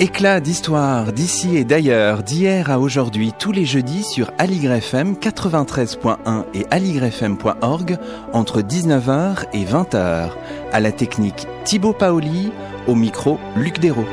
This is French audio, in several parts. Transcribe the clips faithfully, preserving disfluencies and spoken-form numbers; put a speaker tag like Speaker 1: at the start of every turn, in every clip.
Speaker 1: Éclat d'histoire d'ici et d'ailleurs, d'hier à aujourd'hui, tous les jeudis sur Aligre F M quatre-vingt-treize point un et aligre f m point org entre dix-neuf heures et vingt heures. À la technique Thibaut Paoli, au micro Luc Dérault.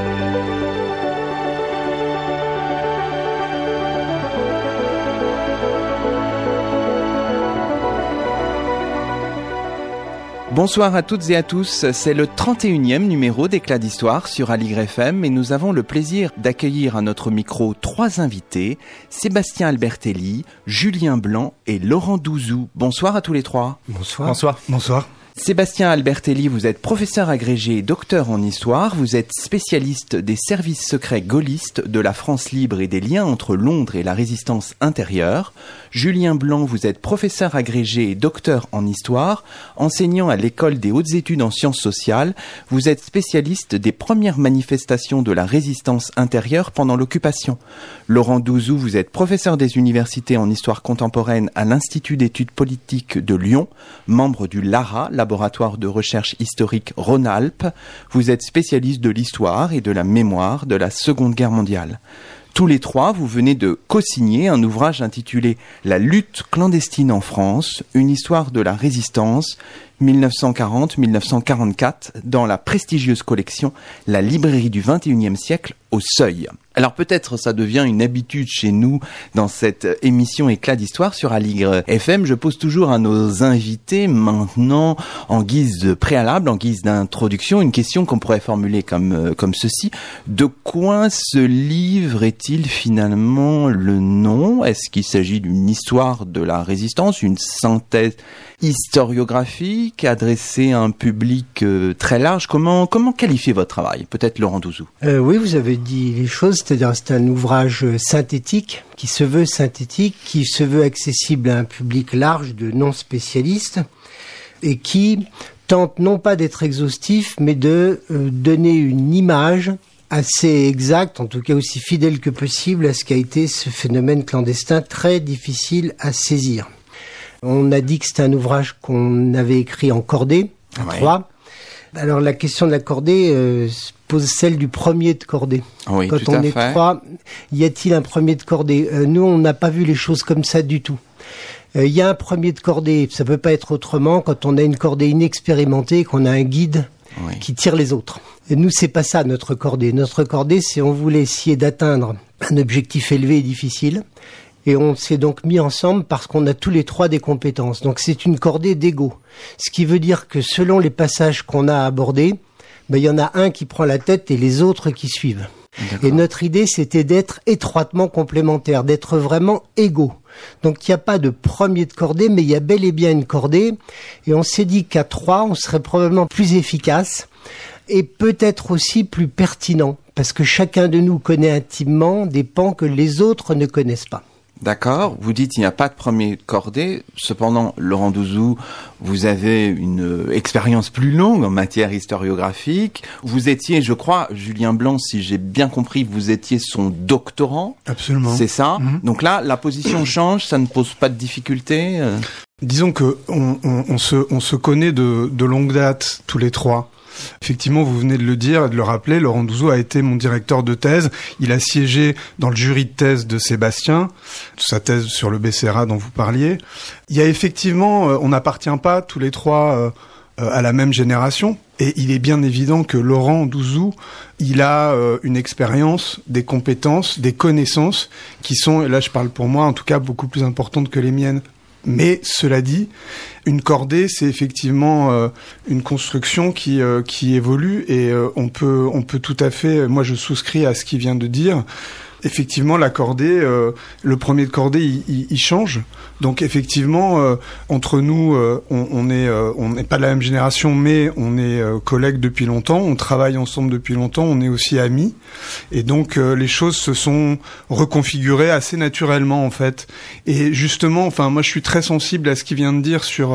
Speaker 1: Bonsoir à toutes et à tous, c'est le trente et unième numéro d'Éclat d'histoire sur Aligre F M et nous avons le plaisir d'accueillir à notre micro trois invités, Sébastien Albertelli, Julien Blanc et Laurent Douzou. Bonsoir à tous les trois.
Speaker 2: Bonsoir. Bonsoir. Bonsoir.
Speaker 1: Sébastien Albertelli, vous êtes professeur agrégé et docteur en histoire, vous êtes spécialiste des services secrets gaullistes, de la France libre et des liens entre Londres et la résistance intérieure. Julien Blanc, vous êtes professeur agrégé et docteur en histoire, enseignant à l'école des hautes études en sciences sociales. Vous êtes spécialiste des premières manifestations de la résistance intérieure pendant l'occupation. Laurent Douzou, vous êtes professeur des universités en histoire contemporaine à l'Institut d'études politiques de Lyon, membre du LARA, laboratoire de recherche historique Rhône-Alpes. Vous êtes spécialiste de l'histoire et de la mémoire de la Seconde Guerre mondiale. Tous les trois, vous venez de co-signer un ouvrage intitulé « La lutte clandestine en France, une histoire de la résistance, mille neuf cent quarante à mille neuf cent quarante-quatre » dans la prestigieuse collection « La librairie du vingt et unième siècle au Seuil ». Alors peut-être ça devient une habitude chez nous dans cette émission Éclat d'histoire sur Aligre F M. Je pose toujours à nos invités maintenant, en guise de préalable, en guise d'introduction, une question qu'on pourrait formuler comme, euh, comme ceci. De quoi ce livre est-il finalement le nom ? Est-ce qu'il s'agit d'une histoire de la résistance, une synthèse historiographique adressée à un public euh, très large ? Comment, comment qualifier votre travail ? Peut-être Laurent Douzou.
Speaker 2: Euh, oui, vous avez dit les choses. C'est-à-dire c'est un ouvrage synthétique, qui se veut synthétique, qui se veut accessible à un public large de non-spécialistes et qui tente non pas d'être exhaustif, mais de euh, donner une image assez exacte, en tout cas aussi fidèle que possible à ce qu'a été ce phénomène clandestin très difficile à saisir. On a dit que c'était un ouvrage qu'on avait écrit en cordée, à ouais. trois. Alors la question de la cordée euh, pose celle du premier de cordée.
Speaker 1: Oui,
Speaker 2: Quand
Speaker 1: tout
Speaker 2: on
Speaker 1: à
Speaker 2: est
Speaker 1: fait.
Speaker 2: trois, y a-t-il un premier de cordée ? euh, Nous, on n'a pas vu les choses comme ça du tout. Il euh, y a un premier de cordée, ça peut pas être autrement quand on a une cordée inexpérimentée, qu'on a un guide oui. qui tire les autres. Et nous, c'est pas ça notre cordée. Notre cordée, c'est on voulait essayer d'atteindre un objectif élevé et difficile. Et on s'est donc mis ensemble parce qu'on a tous les trois des compétences. Donc c'est une cordée d'ego. Ce qui veut dire que selon les passages qu'on a abordés, ben, il y en a un qui prend la tête et les autres qui suivent. D'accord. Et notre idée, c'était d'être étroitement complémentaires, d'être vraiment égaux. Donc il n'y a pas de premier de cordée, mais il y a bel et bien une cordée. Et on s'est dit qu'à trois, on serait probablement plus efficace et peut-être aussi plus pertinent, parce que chacun de nous connaît intimement des pans que les autres ne connaissent pas.
Speaker 1: D'accord, vous dites qu'il n'y a pas de premier de cordée, cependant, Laurent Douzou, vous avez une expérience plus longue en matière historiographique. Vous étiez, je crois, Julien Blanc, si j'ai bien compris, vous étiez son doctorant.
Speaker 3: Absolument.
Speaker 1: C'est ça.
Speaker 3: Mm-hmm.
Speaker 1: Donc là, la position change, ça ne pose pas de difficulté.
Speaker 3: Disons que on, on, on, se, on se connaît de, de longue date, tous les trois. Effectivement, vous venez de le dire et de le rappeler, Laurent Douzou a été mon directeur de thèse. Il a siégé dans le jury de thèse de Sébastien, sa thèse sur le B C R A dont vous parliez. Il y a effectivement, on n'appartient pas tous les trois euh, à la même génération. Et il est bien évident que Laurent Douzou, il a euh, une expérience, des compétences, des connaissances qui sont, et là je parle pour moi, en tout cas beaucoup plus importantes que les miennes. Mais cela dit, une cordée, c'est effectivement euh, une construction qui euh, qui évolue et euh, on peut on peut tout à fait. Moi, je souscris à ce qu'il vient de dire. Effectivement, la cordée, euh, le premier de cordée, il, il, il change. Donc, effectivement, euh, entre nous, euh, on, on est, euh, on n'est pas de la même génération, mais on est euh, collègues depuis longtemps. On travaille ensemble depuis longtemps. On est aussi amis. Et donc, euh, les choses se sont reconfigurées assez naturellement, en fait. Et justement, enfin, moi, je suis très sensible à ce qu'il vient de dire sur euh,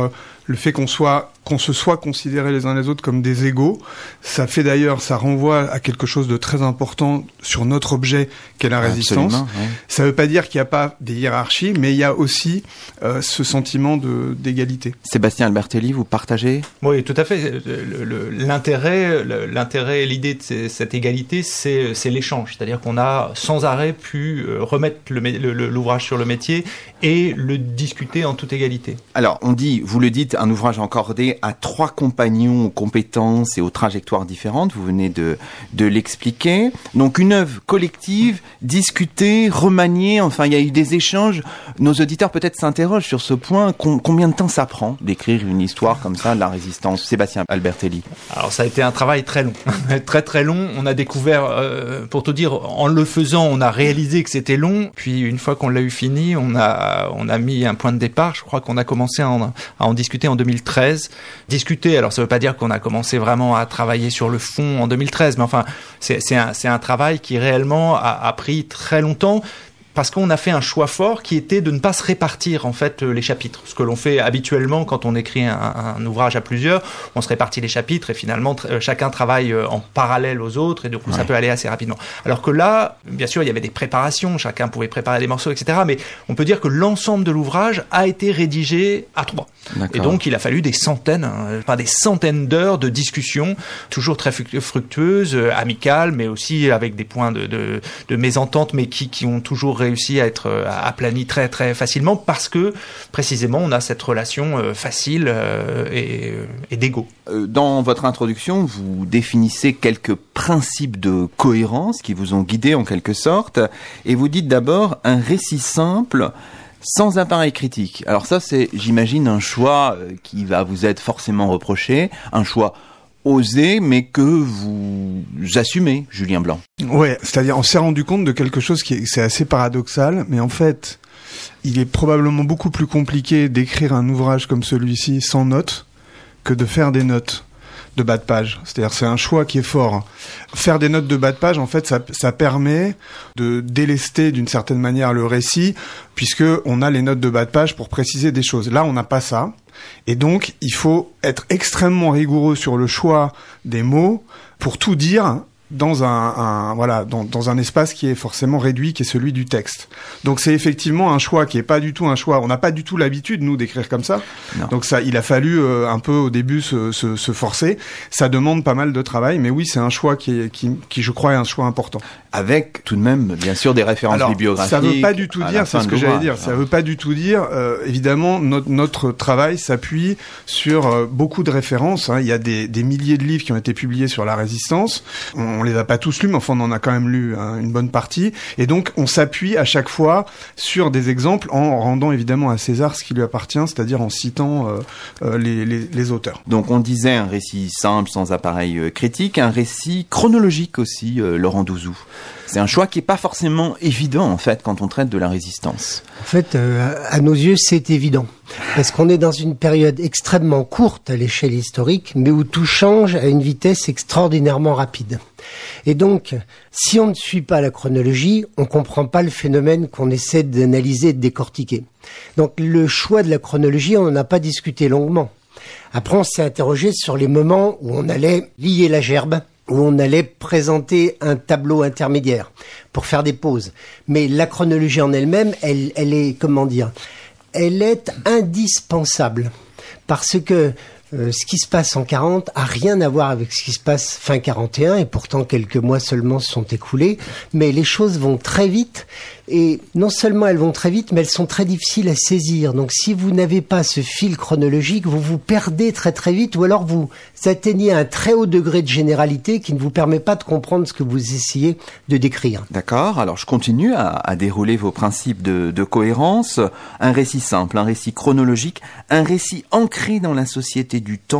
Speaker 3: le fait qu'on soit qu'on se soit considérés les uns les autres comme des égaux, ça fait d'ailleurs, ça renvoie à quelque chose de très important sur notre objet qu'est la résistance.
Speaker 1: Ouais.
Speaker 3: Ça veut pas dire qu'il n'y a pas des hiérarchies, mais il y a aussi euh, ce sentiment de, d'égalité.
Speaker 1: Sébastien Albertelli, vous partagez ?
Speaker 4: Oui, tout à fait. Le, le, l'intérêt, le, l'intérêt, l'idée de cette égalité, c'est, c'est l'échange. C'est-à-dire qu'on a sans arrêt pu remettre le, le, l'ouvrage sur le métier et le discuter en toute égalité.
Speaker 1: Alors, on dit, vous le dites, un ouvrage encordé à trois compagnons aux compétences et aux trajectoires différentes. Vous venez de, de l'expliquer. Donc, une œuvre collective, discutée, remaniée. Enfin, il y a eu des échanges. Nos auditeurs peut-être s'interrogent sur ce point. Com- combien de temps ça prend d'écrire une histoire comme ça de la résistance ? Sébastien Albertelli.
Speaker 4: Alors, ça a été un travail très long. très, très long. On a découvert, euh, pour tout dire, en le faisant, on a réalisé que c'était long. Puis, une fois qu'on l'a eu fini, on a, on a mis un point de départ. Je crois qu'on a commencé à en, à en discuter en deux mille treize. Discuter, alors ça veut pas dire qu'on a commencé vraiment à travailler sur le fond en deux mille treize, mais enfin, c'est, c'est, un, c'est un travail qui réellement a, a pris très longtemps. Parce qu'on a fait un choix fort qui était de ne pas se répartir en fait les chapitres. Ce que l'on fait habituellement quand on écrit un, un ouvrage à plusieurs, on se répartit les chapitres et finalement tr- chacun travaille en parallèle aux autres et du coup ouais. ça peut aller assez rapidement. Alors que là, bien sûr, il y avait des préparations, chacun pouvait préparer des morceaux, et cetera. Mais on peut dire que l'ensemble de l'ouvrage a été rédigé à trois. D'accord. Et donc il a fallu des centaines, hein, pas des centaines d'heures de discussions, toujours très fructueuses, amicales, mais aussi avec des points de, de, de mésentente, mais qui, qui ont toujours réussi à être aplani très très facilement parce que précisément on a cette relation euh, facile euh, et, et d'ego.
Speaker 1: Dans votre introduction, vous définissez quelques principes de cohérence qui vous ont guidé en quelque sorte et vous dites d'abord un récit simple sans appareil critique. Alors ça c'est, j'imagine, un choix qui va vous être forcément reproché, un choix osé, mais que vous assumez, Julien Blanc.
Speaker 3: Ouais, c'est-à-dire on s'est rendu compte de quelque chose qui est, c'est assez paradoxal, mais en fait, il est probablement beaucoup plus compliqué d'écrire un ouvrage comme celui-ci sans notes que de faire des notes de bas de page. C'est-à-dire c'est un choix qui est fort. Faire des notes de bas de page, en fait, ça, ça permet de délester d'une certaine manière le récit, puisque on a les notes de bas de page pour préciser des choses. Là, on n'a pas ça. Et donc, il faut être extrêmement rigoureux sur le choix des mots pour tout dire dans un, un voilà dans, dans un espace qui est forcément réduit, qui est celui du texte. Donc c'est effectivement un choix qui est pas du tout un choix. On n'a pas du tout l'habitude nous d'écrire comme ça. Non. Donc ça, il a fallu euh, un peu au début se, se, se forcer. Ça demande pas mal de travail, mais oui, c'est un choix qui, est, qui, qui je crois est un choix important.
Speaker 1: Avec tout de même, bien sûr, des références
Speaker 3: Alors,
Speaker 1: bibliographiques.
Speaker 3: Ça veut pas du tout dire, c'est ce que j'allais dire. Ça veut pas du tout dire. Euh, évidemment, notre, notre travail s'appuie sur euh, beaucoup de références. Hein. Il y a des, des milliers de livres qui ont été publiés sur la résistance. On, on les a pas tous lus, mais enfin on en a quand même lu hein, une bonne partie. Et donc on s'appuie à chaque fois sur des exemples en rendant évidemment à César ce qui lui appartient, c'est-à-dire en citant euh, euh, les, les, les auteurs.
Speaker 1: Donc on disait un récit simple, sans appareil euh, critique, un récit chronologique aussi, euh, Laurent Douzou. C'est un choix qui n'est pas forcément évident, en fait, quand on traite de la résistance.
Speaker 2: En fait, euh, à nos yeux, c'est évident. Parce qu'on est dans une période extrêmement courte à l'échelle historique, mais où tout change à une vitesse extraordinairement rapide. Et donc, si on ne suit pas la chronologie, on ne comprend pas le phénomène qu'on essaie d'analyser et de décortiquer. Donc, le choix de la chronologie, on n'en a pas discuté longuement. Après, on s'est interrogé sur les moments où on allait lier la gerbe, où on allait présenter un tableau intermédiaire pour faire des pauses. Mais la chronologie en elle-même, elle, elle est, comment dire, elle est indispensable. Parce que euh, ce qui se passe en quarante a rien à voir avec ce qui se passe fin quarante et un, et pourtant quelques mois seulement se sont écoulés. Mais les choses vont très vite. Et non seulement elles vont très vite, mais elles sont très difficiles à saisir. Donc si vous n'avez pas ce fil chronologique, vous vous perdez très très vite, ou alors vous atteignez un très haut degré de généralité qui ne vous permet pas de comprendre ce que vous essayez de décrire.
Speaker 1: D'accord, alors je continue à, à dérouler vos principes de, de cohérence. Un récit simple, un récit chronologique, un récit ancré dans la société du temps.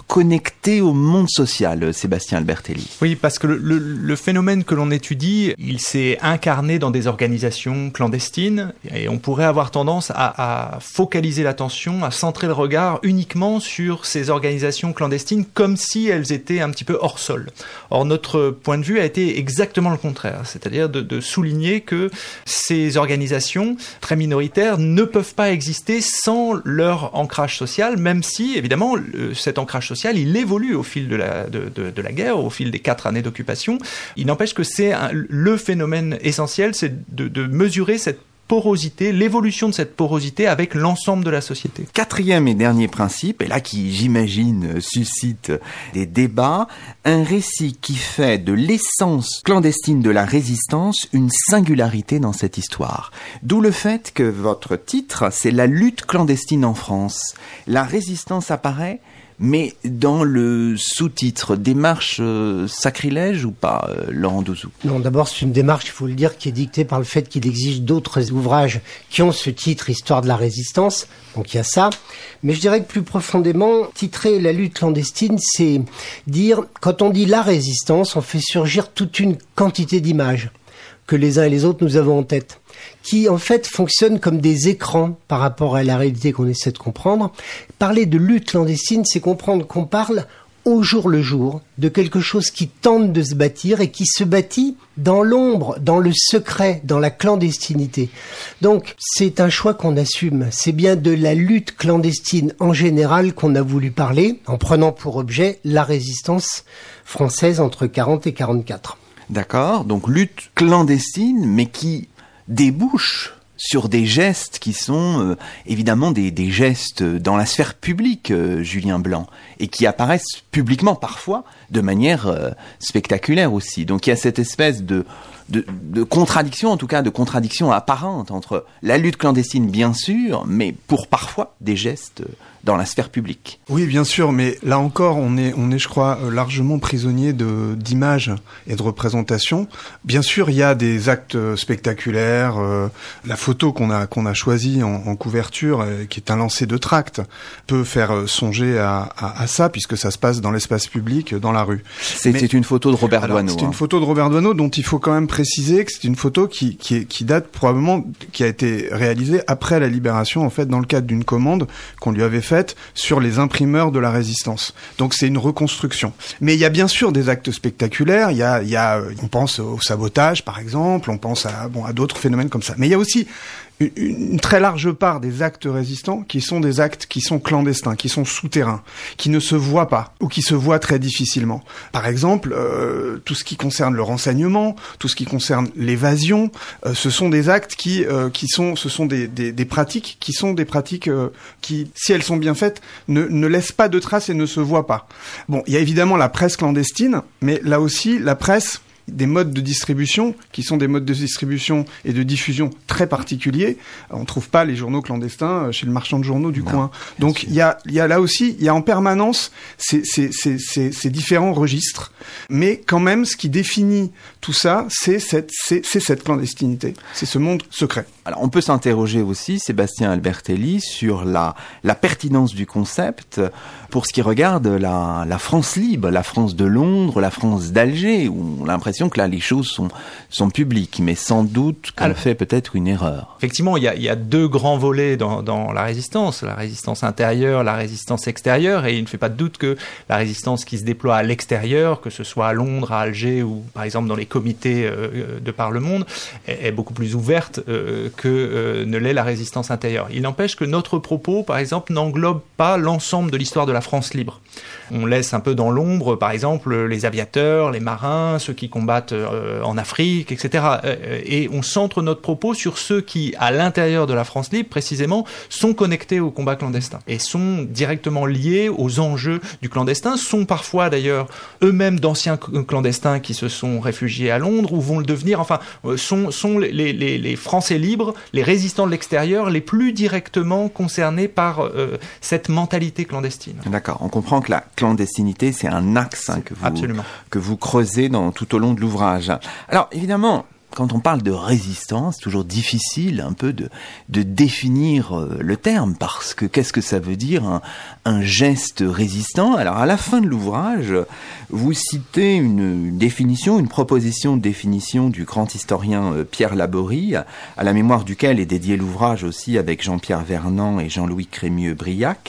Speaker 1: connectés au monde social, Sébastien Albertelli.
Speaker 4: Oui, parce que le, le, le phénomène que l'on étudie, il s'est incarné dans des organisations clandestines et on pourrait avoir tendance à, à focaliser l'attention, à centrer le regard uniquement sur ces organisations clandestines comme si elles étaient un petit peu hors sol. Or, notre point de vue a été exactement le contraire, c'est-à-dire de, de souligner que ces organisations très minoritaires ne peuvent pas exister sans leur ancrage social, même si, évidemment, le, cet ancrage social, il évolue au fil de la, de, de, de la guerre, au fil des quatre années d'occupation. Il n'empêche que c'est un, le phénomène essentiel, c'est de, de mesurer cette porosité, l'évolution de cette porosité avec l'ensemble de la société.
Speaker 1: Quatrième et dernier principe, et là qui, j'imagine, suscite des débats, un récit qui fait de l'essence clandestine de la résistance une singularité dans cette histoire. D'où le fait que votre titre, c'est la lutte clandestine en France. La résistance apparaît, mais dans le sous-titre, démarche euh, sacrilège ou pas, euh, Laurent Douzou?
Speaker 2: Non, d'abord c'est une démarche, il faut le dire, qui est dictée par le fait qu'il existe d'autres ouvrages qui ont ce titre, Histoire de la résistance, donc il y a ça. Mais je dirais que plus profondément, titrer la lutte clandestine, c'est dire, quand on dit la résistance, on fait surgir toute une quantité d'images que les uns et les autres nous avons en tête, qui en fait fonctionnent comme des écrans par rapport à la réalité qu'on essaie de comprendre. Parler de lutte clandestine, c'est comprendre qu'on parle au jour le jour de quelque chose qui tente de se bâtir et qui se bâtit dans l'ombre, dans le secret, dans la clandestinité. Donc c'est un choix qu'on assume. C'est bien de la lutte clandestine en général qu'on a voulu parler, en prenant pour objet la résistance française entre quarante et quarante-quatre.
Speaker 1: D'accord, donc lutte clandestine, mais qui débouche sur des gestes qui sont euh, évidemment des, des gestes dans la sphère publique, euh, Julien Blanc, et qui apparaissent publiquement parfois de manière euh, spectaculaire aussi. Donc il y a cette espèce de, de, de contradiction, en tout cas de contradiction apparente entre la lutte clandestine bien sûr, mais pour parfois des gestes dans la sphère publique.
Speaker 3: Oui, bien sûr, mais là encore, on est, on est, je crois, largement prisonnier de d'images et de représentations. Bien sûr, il y a des actes spectaculaires. Euh, la photo qu'on a qu'on a choisie en, en couverture, euh, qui est un lancer de tracts, peut faire songer à, à, à ça, puisque ça se passe dans l'espace public, dans la rue.
Speaker 1: C'est, mais, c'est une photo de Robert alors, Doisneau.
Speaker 3: C'est hein. une photo de Robert Doisneau, dont il faut quand même préciser que c'est une photo qui qui, est, qui date probablement, qui a été réalisée après la libération, en fait, dans le cadre d'une commande qu'on lui avait faite sur les imprimeurs de la résistance. Donc c'est une reconstruction. Mais il y a bien sûr des actes spectaculaires, il y a, il y a, on pense au sabotage par exemple, on pense à, bon, à d'autres phénomènes comme ça. Mais il y a aussi une, une très large part des actes résistants qui sont des actes qui sont clandestins, qui sont souterrains, qui ne se voient pas ou qui se voient très difficilement. Par exemple, euh, tout ce qui concerne le renseignement, tout ce qui concerne l'évasion, euh, ce sont des actes qui, euh, qui sont, ce sont des, des, des pratiques qui sont des pratiques euh, qui, si elles sont bien faites, ne, ne laissent pas de traces et ne se voient pas. Bon, il y a évidemment la presse clandestine, mais là aussi, la presse, des modes de distribution qui sont des modes de distribution et de diffusion très particuliers. On trouve pas les journaux clandestins chez le marchand de journaux du non, coin. Donc il y a, il y a là aussi, il y a en permanence ces, ces, ces, ces, ces différents registres. Mais quand même, ce qui définit tout ça, c'est cette, c'est, c'est cette clandestinité. C'est ce monde secret.
Speaker 1: Alors on peut s'interroger aussi, Sébastien Albertelli, sur la, la pertinence du concept pour ce qui regarde la, la France libre, la France de Londres, la France d'Alger, où on a l'impression que là les choses sont, sont publiques, mais sans doute qu'on Alors, fait peut-être une erreur.
Speaker 4: Effectivement, il y a, il y a deux grands volets dans, dans la résistance, la résistance intérieure, la résistance extérieure, et il ne fait pas de doute que la résistance qui se déploie à l'extérieur, que ce soit à Londres, à Alger ou par exemple dans les comités euh, de par le monde, est, est beaucoup plus ouverte euh, que euh, ne l'est la résistance intérieure. Il n'empêche que notre propos, par exemple, n'englobe pas l'ensemble de l'histoire de la France libre. On laisse un peu dans l'ombre, par exemple, les aviateurs, les marins, ceux qui combattent euh, en Afrique, et cetera. Euh, et on centre notre propos sur ceux qui, à l'intérieur de la France libre, précisément, sont connectés au combat clandestin et sont directement liés aux enjeux du clandestin, sont parfois d'ailleurs eux-mêmes d'anciens clandestins qui se sont réfugiés à Londres ou vont le devenir, enfin, sont, sont les, les, les Français libres, les résistants de l'extérieur, les plus directement concernés par euh, cette mentalité clandestine.
Speaker 1: D'accord, on comprend que la clandestinité, c'est un axe hein, que, vous, que vous creusez dans, tout au long de l'ouvrage. Alors, évidemment, quand on parle de résistance, c'est toujours difficile un peu de, de définir le terme, parce que qu'est-ce que ça veut dire un, un geste résistant? Alors à la fin de l'ouvrage, vous citez une, une définition, une proposition de définition du grand historien Pierre Laborie, à la mémoire duquel est dédié l'ouvrage aussi avec Jean-Pierre Vernant et Jean-Louis Crémieux-Briac.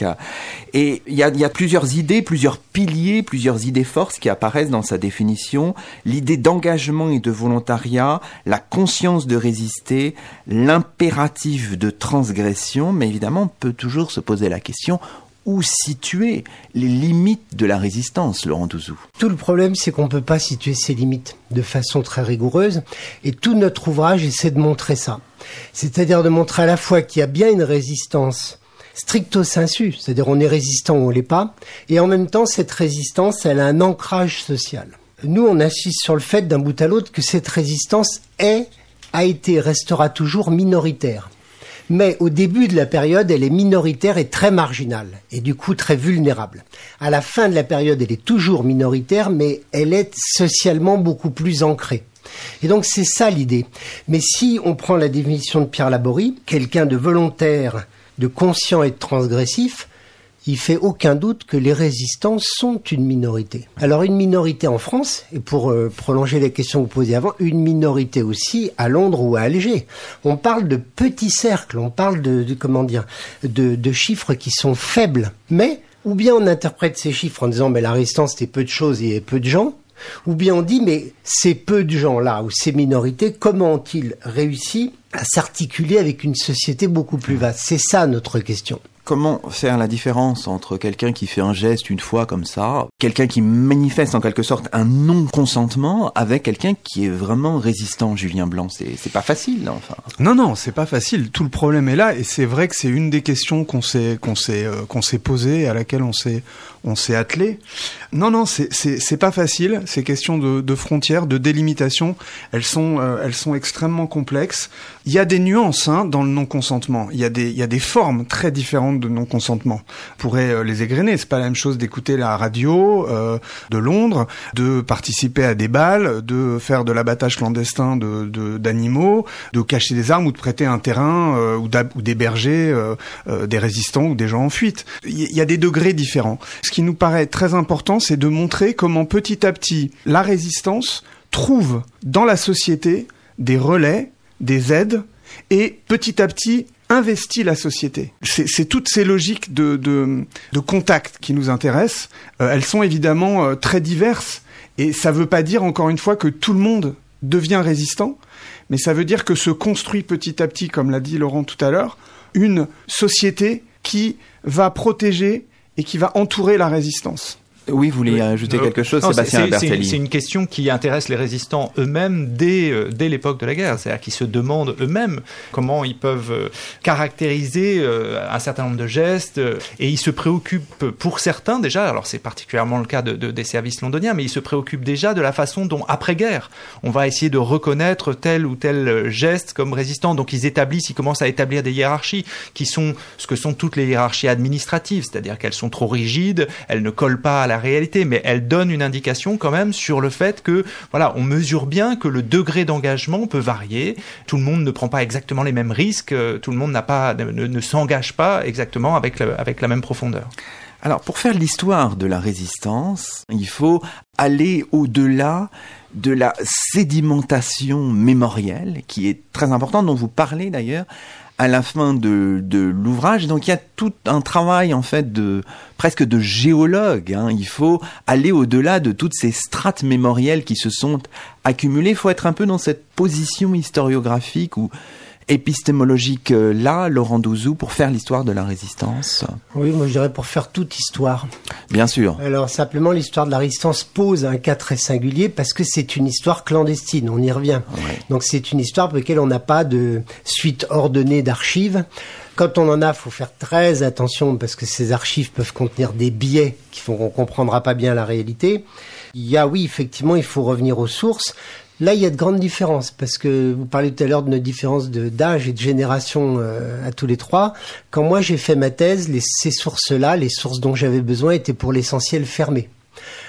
Speaker 1: Et il y a, y a plusieurs idées, plusieurs piliers, plusieurs idées forces qui apparaissent dans sa définition. L'idée d'engagement et de volontariat, la conscience de résister, l'impératif de transgression, mais évidemment, on peut toujours se poser la question, où situer les limites de la résistance, Laurent Douzou?
Speaker 2: Tout le problème, c'est qu'on ne peut pas situer ces limites de façon très rigoureuse, et tout notre ouvrage essaie de montrer ça. C'est-à-dire de montrer à la fois qu'il y a bien une résistance stricto sensu, c'est-à-dire on est résistant ou on l'est pas, et en même temps, cette résistance, elle a un ancrage social. Nous, on insiste sur le fait, d'un bout à l'autre, que cette résistance est, a été, restera toujours minoritaire. Mais au début de la période, elle est minoritaire et très marginale, et du coup très vulnérable. À la fin de la période, elle est toujours minoritaire, mais elle est socialement beaucoup plus ancrée. Et donc c'est ça l'idée. Mais si on prend la définition de Pierre Laborie, quelqu'un de volontaire, de conscient et de transgressif, il fait aucun doute que les résistants sont une minorité. Alors une minorité en France, et pour euh, prolonger les questions que vous posiez avant, une minorité aussi à Londres ou à Alger. On parle de petits cercles, on parle de, de comment dire, de, de chiffres qui sont faibles. Mais, ou bien on interprète ces chiffres en disant mais la résistance c'était peu de choses et peu de gens, ou bien on dit mais ces peu de gens-là ou ces minorités, comment ont-ils réussi à s'articuler avec une société beaucoup plus vaste? C'est ça notre question.
Speaker 1: Comment faire la différence entre quelqu'un qui fait un geste une fois comme ça, quelqu'un qui manifeste en quelque sorte un non-consentement, avec quelqu'un qui est vraiment résistant, Julien Blanc? C'est, c'est pas facile, là, enfin.
Speaker 3: Non, non, c'est pas facile. Tout le problème est là, et c'est vrai que c'est une des questions qu'on s'est, qu'on s'est, euh, qu'on s'est posée, à laquelle on s'est, on s'est attelé. Non, non, c'est, c'est, c'est pas facile. Ces questions de, de frontières, de délimitation, elles sont, euh, elles sont extrêmement complexes. Il y a des nuances, hein, dans le non-consentement. Il y a des, il y a des formes très différentes de non-consentement. On pourrait euh, les égrener. C'est pas la même chose d'écouter la radio euh, de Londres, de participer à des bals, de faire de l'abattage clandestin de, de, d'animaux, de cacher des armes ou de prêter un terrain euh, ou, ou d'héberger euh, euh, des résistants ou des gens en fuite. Il y a des degrés différents. Ce qui nous paraît très important, c'est de montrer comment petit à petit la résistance trouve dans la société des relais, des aides, et petit à petit investit la société. C'est, c'est toutes ces logiques de, de, de contact qui nous intéressent. Euh, elles sont évidemment euh, très diverses, et ça veut pas dire, encore une fois, que tout le monde devient résistant, mais ça veut dire que se construit petit à petit, comme l'a dit Laurent tout à l'heure, une société qui va protéger et qui va entourer la résistance.
Speaker 1: Oui, vous voulez oui. ajouter euh, quelque chose,
Speaker 4: non,
Speaker 1: Sébastien
Speaker 4: c'est,
Speaker 1: Bertelli?
Speaker 4: C'est, c'est une question qui intéresse les résistants eux-mêmes dès, euh, dès l'époque de la guerre. C'est-à-dire qu'ils se demandent eux-mêmes comment ils peuvent euh, caractériser euh, un certain nombre de gestes, euh, et ils se préoccupent pour certains déjà, alors c'est particulièrement le cas de, de, des services londoniens, mais ils se préoccupent déjà de la façon dont, après-guerre, on va essayer de reconnaître tel ou tel geste comme résistant. Donc ils établissent, ils commencent à établir des hiérarchies qui sont ce que sont toutes les hiérarchies administratives, c'est-à-dire qu'elles sont trop rigides, elles ne collent pas à la réalité, mais elle donne une indication quand même sur le fait que, voilà, on mesure bien que le degré d'engagement peut varier. Tout le monde ne prend pas exactement les mêmes risques, tout le monde n'a pas, ne, ne s'engage pas exactement avec, le, avec la même profondeur.
Speaker 1: Alors, pour faire l'histoire de la résistance, il faut aller au-delà de la sédimentation mémorielle, qui est très importante, dont vous parlez d'ailleurs à la fin de, de l'ouvrage. Donc il y a tout un travail en fait de presque de géologue, hein. Il faut aller au-delà de toutes ces strates mémorielles qui se sont accumulées. Il faut être un peu dans cette position historiographique ou épistémologique là, Laurent Douzou, pour faire l'histoire de la résistance.
Speaker 2: Oui, moi je dirais pour faire toute histoire.
Speaker 1: Bien sûr.
Speaker 2: Alors simplement, l'histoire de la résistance pose un cas très singulier parce que c'est une histoire clandestine, on y revient. Ouais. Donc c'est une histoire pour laquelle on n'a pas de suite ordonnée d'archives. Quand on en a, il faut faire très attention parce que ces archives peuvent contenir des biais qui font qu'on ne comprendra pas bien la réalité. Il y a, oui, effectivement, il faut revenir aux sources. Là, il y a de grandes différences, parce que vous parlez tout à l'heure de nos différences de, d'âge et de génération euh, à tous les trois. Quand moi j'ai fait ma thèse, les, ces sources-là, les sources dont j'avais besoin, étaient pour l'essentiel fermées.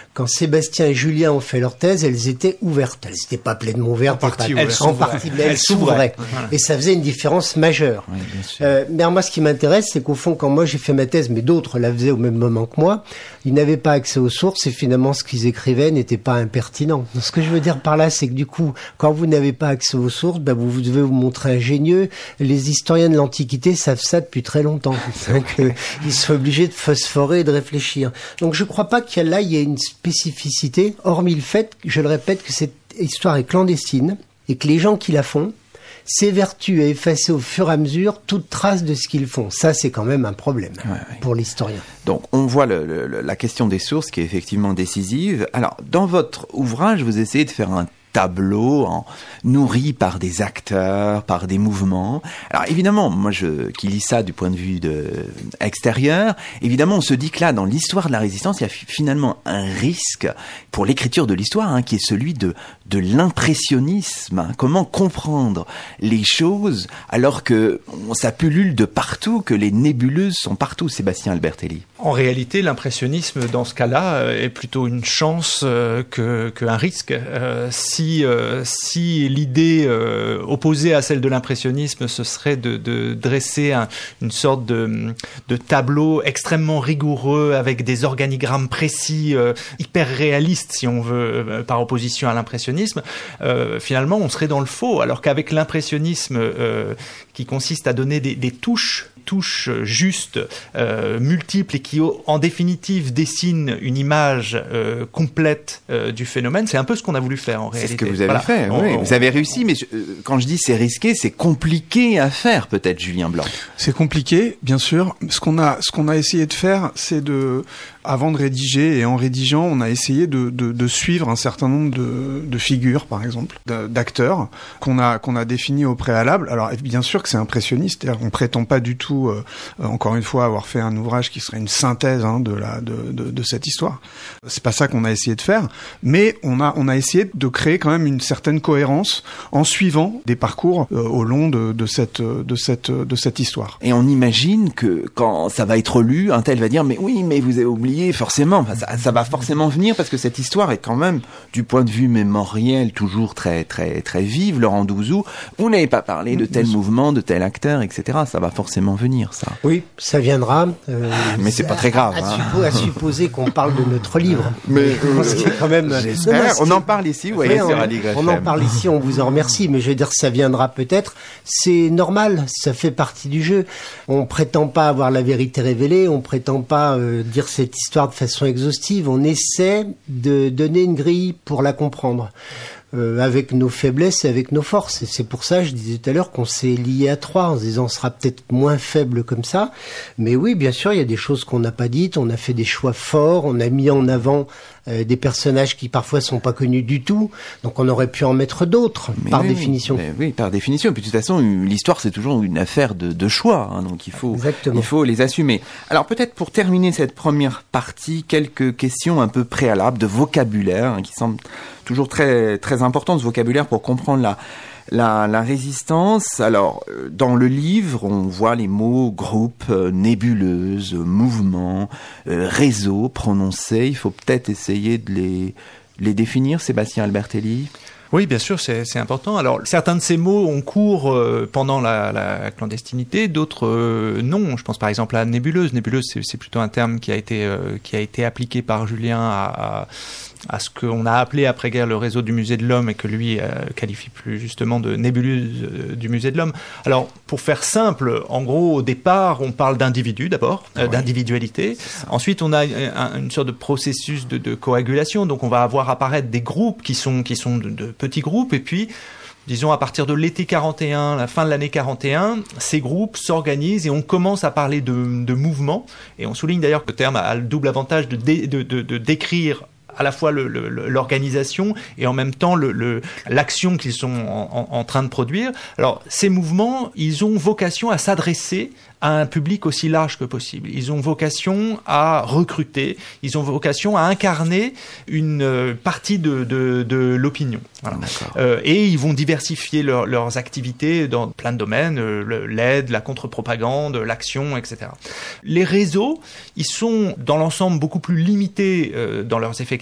Speaker 2: quand Sébastien et Julien ont fait leur thèse, elles étaient ouvertes. Elles n'étaient pas pleinement ouvertes,
Speaker 3: en partie,
Speaker 2: pas,
Speaker 3: elles
Speaker 2: en partie, mais elles, elles s'ouvraient.
Speaker 4: Voilà.
Speaker 2: Et ça faisait une différence majeure.
Speaker 1: Oui, bien sûr.
Speaker 2: Euh, mais moi, ce qui m'intéresse, c'est qu'au fond, quand moi j'ai fait ma thèse, mais d'autres la faisaient au même moment que moi, ils n'avaient pas accès aux sources et finalement ce qu'ils écrivaient n'était pas impertinent. Donc, ce que je veux dire par là, c'est que du coup, quand vous n'avez pas accès aux sources, bah, vous, vous devez vous montrer ingénieux. Les historiens de l'Antiquité savent ça depuis très longtemps. Donc, euh, ils sont obligés de phosphorer et de réfléchir. Donc, je ne crois pas qu'il y a là, il y a une spécificité, hormis le fait, je le répète, que cette histoire est clandestine et que les gens qui la font s'évertuent à effacer au fur et à mesure toute trace de ce qu'ils font. Ça, c'est quand même un problème
Speaker 1: ouais, ouais.
Speaker 2: pour l'historien.
Speaker 1: Donc, on voit le, le, la question des sources qui est effectivement décisive. Alors, dans votre ouvrage, vous essayez de faire un tableau en, nourri par des acteurs, par des mouvements. Alors évidemment, moi je, qui lis ça du point de vue de, extérieur, évidemment on se dit que là, dans l'histoire de la résistance, il y a finalement un risque pour l'écriture de l'histoire, hein, qui est celui de, de l'impressionnisme. Hein. Comment comprendre les choses alors que ça pullule de partout, que les nébuleuses sont partout, Sébastien Albertelli?
Speaker 4: En réalité, l'impressionnisme, dans ce cas-là, est plutôt une chance euh, que, qu'un risque. Euh, si, euh, si l'idée euh, opposée à celle de l'impressionnisme, ce serait de, de dresser un, une sorte de, de tableau extrêmement rigoureux avec des organigrammes précis, euh, hyper réalistes, si on veut, euh, par opposition à l'impressionnisme, euh, finalement, on serait dans le faux. Alors qu'avec l'impressionnisme, euh, qui consiste à donner des, des touches, touches justes, euh, multiples et qui, en définitive, dessinent une image euh, complète euh, du phénomène. C'est un peu ce qu'on a voulu faire en réalité.
Speaker 1: C'est ce que vous avez
Speaker 4: voilà.
Speaker 1: fait,
Speaker 4: on,
Speaker 1: oui.
Speaker 4: On...
Speaker 1: Vous avez réussi, mais je, euh, quand je dis c'est risqué, c'est compliqué à faire, peut-être, Julien Blanc.
Speaker 3: C'est compliqué, bien sûr. Ce qu'on a, ce qu'on a essayé de faire, c'est de, avant de rédiger et en rédigeant, on a essayé de, de, de suivre un certain nombre de, de figures, par exemple, d'acteurs qu'on a, qu'on a définis au préalable. Alors, bien sûr que c'est impressionniste. C'est-à-dire qu'on prétend pas du tout, euh, encore une fois, avoir fait un ouvrage qui serait une synthèse hein, de la, de, de, de cette histoire. C'est pas ça qu'on a essayé de faire, mais on a, on a essayé de créer quand même une certaine cohérence en suivant des parcours euh, au long de, de cette, de cette, de cette histoire.
Speaker 1: Et on imagine que quand ça va être lu, un tel va dire mais oui, mais vous avez oublié forcément. Enfin, ça, ça va forcément venir parce que cette histoire est quand même, du point de vue mémoriel, toujours très, très, très vive. Laurent Douzou, vous n'avez pas parlé de tel mouvement, de tel acteur, et cetera. Ça va forcément venir, ça.
Speaker 2: Oui, ça viendra. Euh,
Speaker 1: mais c'est pas très grave.
Speaker 2: À,
Speaker 1: hein.
Speaker 2: suppo- à supposer qu'on parle de notre livre.
Speaker 1: Mais euh,
Speaker 2: ce qui est quand même.
Speaker 1: J'espère. On en parle ici, vous voyez,
Speaker 2: oui,
Speaker 1: sur
Speaker 2: on,
Speaker 1: Aligre
Speaker 2: on en parle ici, on vous en remercie, mais je veux dire, ça viendra peut-être. C'est normal, ça fait partie du jeu. On prétend pas avoir la vérité révélée, on prétend pas euh, dire cette histoire de façon exhaustive. On essaie de donner une grille pour la comprendre. Euh, avec nos faiblesses et avec nos forces. Et c'est pour ça, je disais tout à l'heure, qu'on s'est lié à trois, en se disant on sera peut-être moins faible comme ça. Mais oui, bien sûr, il y a des choses qu'on n'a pas dites, on a fait des choix forts, on a mis en avant euh, des personnages qui parfois sont pas connus du tout, donc on aurait pu en mettre d'autres,
Speaker 1: mais
Speaker 2: par
Speaker 1: oui,
Speaker 2: définition.
Speaker 1: Mais oui, par définition. Et puis de toute façon, l'histoire, c'est toujours une affaire de, de choix, hein, donc il faut, il faut les assumer. Alors peut-être pour terminer cette première partie, quelques questions un peu préalables de vocabulaire, hein, qui semblent toujours très très important, ce vocabulaire, pour comprendre la la, la résistance. Alors dans le livre, on voit les mots groupe, euh, nébuleuse, mouvement, euh, réseau prononcés. Il faut peut-être essayer de les les définir, Sébastien Albertelli.
Speaker 4: Oui, bien sûr, c'est, c'est important. Alors, certains de ces mots ont cours euh, pendant la, la clandestinité, d'autres euh, non. Je pense par exemple à nébuleuse. Nébuleuse, c'est, c'est plutôt un terme qui a été euh, qui a été appliqué par Julien à, à à ce qu'on a appelé après-guerre le réseau du Musée de l'Homme et que lui euh, qualifie plus justement de nébuleuse euh, du Musée de l'Homme. Alors, pour faire simple, en gros, au départ, on parle d'individus d'abord, euh, oui. d'individualité. Ensuite, on a un, une sorte de processus de, de coagulation. Donc, on va avoir apparaître des groupes qui sont, qui sont de, de petits groupes. Et puis, disons, à partir de l'été quarante et un, la fin de l'année quarante et un, ces groupes s'organisent et on commence à parler de, de mouvement. Et on souligne d'ailleurs que le terme a le double avantage de, dé, de, de, de décrire à la fois le, le, l'organisation et en même temps le, le, l'action qu'ils sont en, en, en train de produire. Alors, ces mouvements, ils ont vocation à s'adresser à un public aussi large que possible. Ils ont vocation à recruter, ils ont vocation à incarner une partie de, de, de l'opinion. Voilà. Euh, et ils vont diversifier leur, leurs activités dans plein de domaines, euh, l'aide, la contre-propagande, l'action, et cetera. Les réseaux, ils sont dans l'ensemble beaucoup plus limités euh, dans leurs effectifs,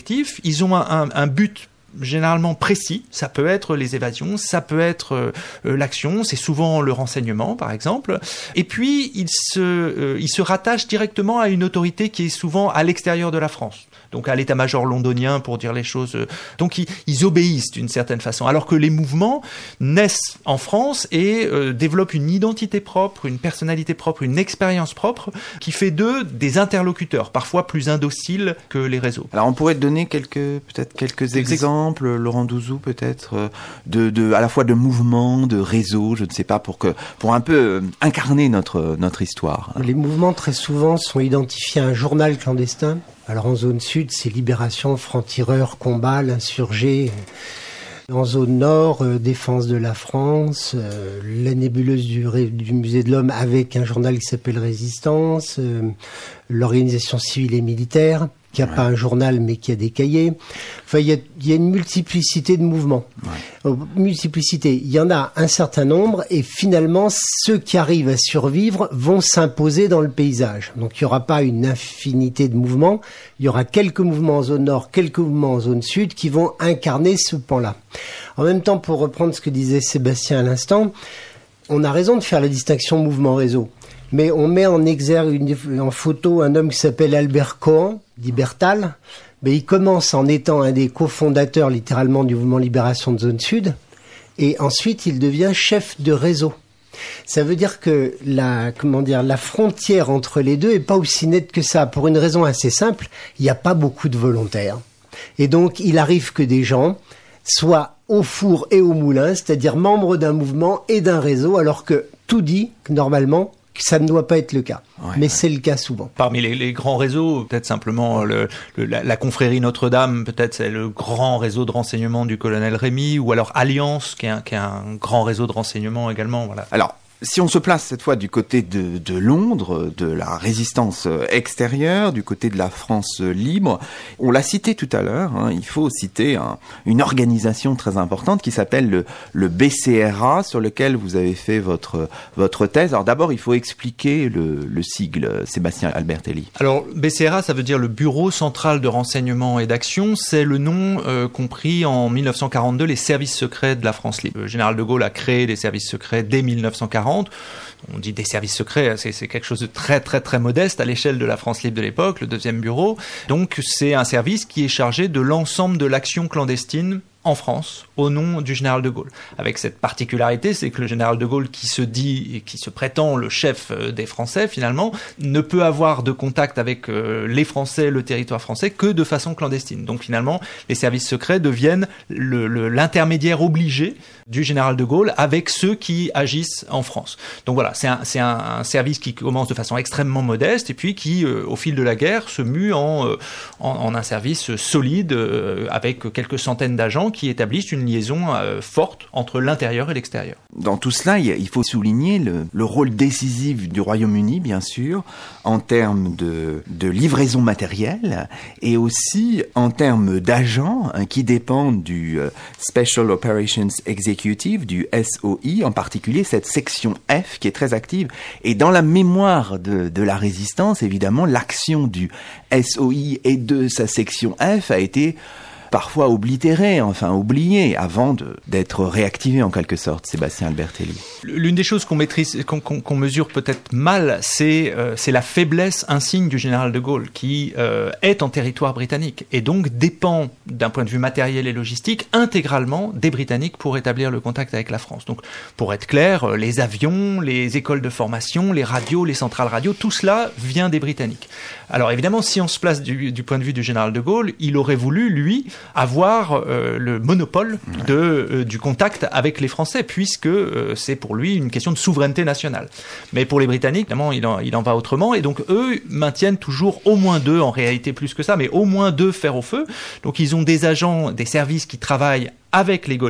Speaker 4: objectifs, ils ont un, un, un but généralement précis. Ça peut être les évasions, ça peut être euh, l'action, c'est souvent le renseignement par exemple. Et puis ils se, euh, ils se rattachent directement à une autorité qui est souvent à l'extérieur de la France. Donc à l'état-major londonien pour dire les choses. Donc ils, ils obéissent d'une certaine façon. Alors que les mouvements naissent en France et euh, développent une identité propre, une personnalité propre, une expérience propre qui fait d'eux des interlocuteurs, parfois plus indociles que les réseaux.
Speaker 1: Alors on pourrait donner quelques, peut-être quelques exemples, Laurent Douzou peut-être, de, de, à la fois de mouvements, de réseaux, je ne sais pas, pour que, pour un peu incarner notre, notre histoire.
Speaker 2: Les mouvements très souvent sont identifiés à un journal clandestin. Alors en zone sud, c'est Libération, Francs-Tireurs, Combat, l'Insurgé. En zone nord, euh, Défense de la France, euh, la nébuleuse du, du Musée de l'Homme avec un journal qui s'appelle Résistance, euh, l'organisation civile et militaire, qui n'a ouais. pas un journal mais qui a des cahiers. Enfin, il y a, y a une multiplicité de mouvements. Ouais. Euh, multiplicité, il y en a un certain nombre et finalement, ceux qui arrivent à survivre vont s'imposer dans le paysage. Donc, il n'y aura pas une infinité de mouvements. Il y aura quelques mouvements en zone nord, quelques mouvements en zone sud qui vont incarner ce pan-là. En même temps, pour reprendre ce que disait Sébastien à l'instant, on a raison de faire la distinction mouvement-réseau. Mais on met en exergue, une, en photo, un homme qui s'appelle Albert Cohen, dit Bertal. Mais il commence en étant un des cofondateurs, littéralement, du mouvement Libération de Zone Sud. Et ensuite, il devient chef de réseau. Ça veut dire que la, comment dire, la frontière entre les deux est pas aussi nette que ça. Pour une raison assez simple, il n'y a pas beaucoup de volontaires. Et donc, il arrive que des gens soient au four et au moulin, c'est-à-dire membres d'un mouvement et d'un réseau, alors que tout dit que normalement, ça ne doit pas être le cas, ouais, mais ouais. c'est le cas souvent.
Speaker 4: Parmi les, les grands réseaux, peut-être simplement le, le, la, la confrérie Notre-Dame, peut-être c'est le grand réseau de renseignement du colonel Rémy, ou alors Alliance, qui est un, qui est un grand réseau de renseignement également. Voilà.
Speaker 1: Alors, si on se place cette fois du côté de, de Londres, de la résistance extérieure, du côté de la France libre, on l'a cité tout à l'heure, hein, il faut citer un, une organisation très importante qui s'appelle le, le B C R A, sur lequel vous avez fait votre, votre thèse. Alors d'abord, il faut expliquer le, le sigle, Sébastien Albertelli.
Speaker 4: Alors, B C R A, ça veut dire le Bureau Central de Renseignement et d'Action. C'est le nom euh, compris en mille neuf cent quarante-deux les services secrets de la France libre. Le général de Gaulle a créé des services secrets dès mille neuf cent quarante. On dit des services secrets, c'est, c'est quelque chose de très très très modeste à l'échelle de la France libre de l'époque, le deuxième bureau. Donc c'est un service qui est chargé de l'ensemble de l'action clandestine en France, au nom du général de Gaulle. Avec cette particularité, c'est que le général de Gaulle, qui se dit et qui se prétend le chef des Français, finalement, ne peut avoir de contact avec euh, les Français, le territoire français, que de façon clandestine. Donc finalement, les services secrets deviennent le, le, l'intermédiaire obligé du général de Gaulle avec ceux qui agissent en France. Donc voilà, c'est un, c'est un, un service qui commence de façon extrêmement modeste et puis qui, euh, au fil de la guerre, se mue en, euh, en, en un service solide euh, avec quelques centaines d'agents qui établissent une liaison euh, forte entre l'intérieur et l'extérieur.
Speaker 1: Dans tout cela, il faut souligner le, le rôle décisif du Royaume-Uni, bien sûr, en termes de, de livraison matérielle et aussi en termes d'agents hein, qui dépendent du euh, Special Operations Executive, du S O I, en particulier cette section F qui est très active. Et dans la mémoire de, de la résistance, évidemment, l'action du S O I et de sa section F a été parfois oblitéré, enfin oublié, avant de, d'être réactivé en quelque sorte, Sébastien Albertelli.
Speaker 4: L'une des choses qu'on maîtrise, qu'on, qu'on, qu'on mesure peut-être mal, c'est, euh, c'est la faiblesse insigne du général de Gaulle, qui euh, est en territoire britannique, et donc dépend, d'un point de vue matériel et logistique, intégralement des Britanniques pour établir le contact avec la France. Donc, pour être clair, les avions, les écoles de formation, les radios, les centrales radio, tout cela vient des Britanniques. Alors évidemment, si on se place du, du point de vue du général de Gaulle, il aurait voulu, lui, avoir euh, le monopole de, euh, du contact avec les Français, puisque euh, c'est pour lui une question de souveraineté nationale. Mais pour les Britanniques, évidemment, il en, il en va autrement, et donc eux maintiennent toujours au moins deux, en réalité plus que ça, mais au moins deux fers au feu. Donc ils ont des agents, des services qui travaillent avec les gaullistes,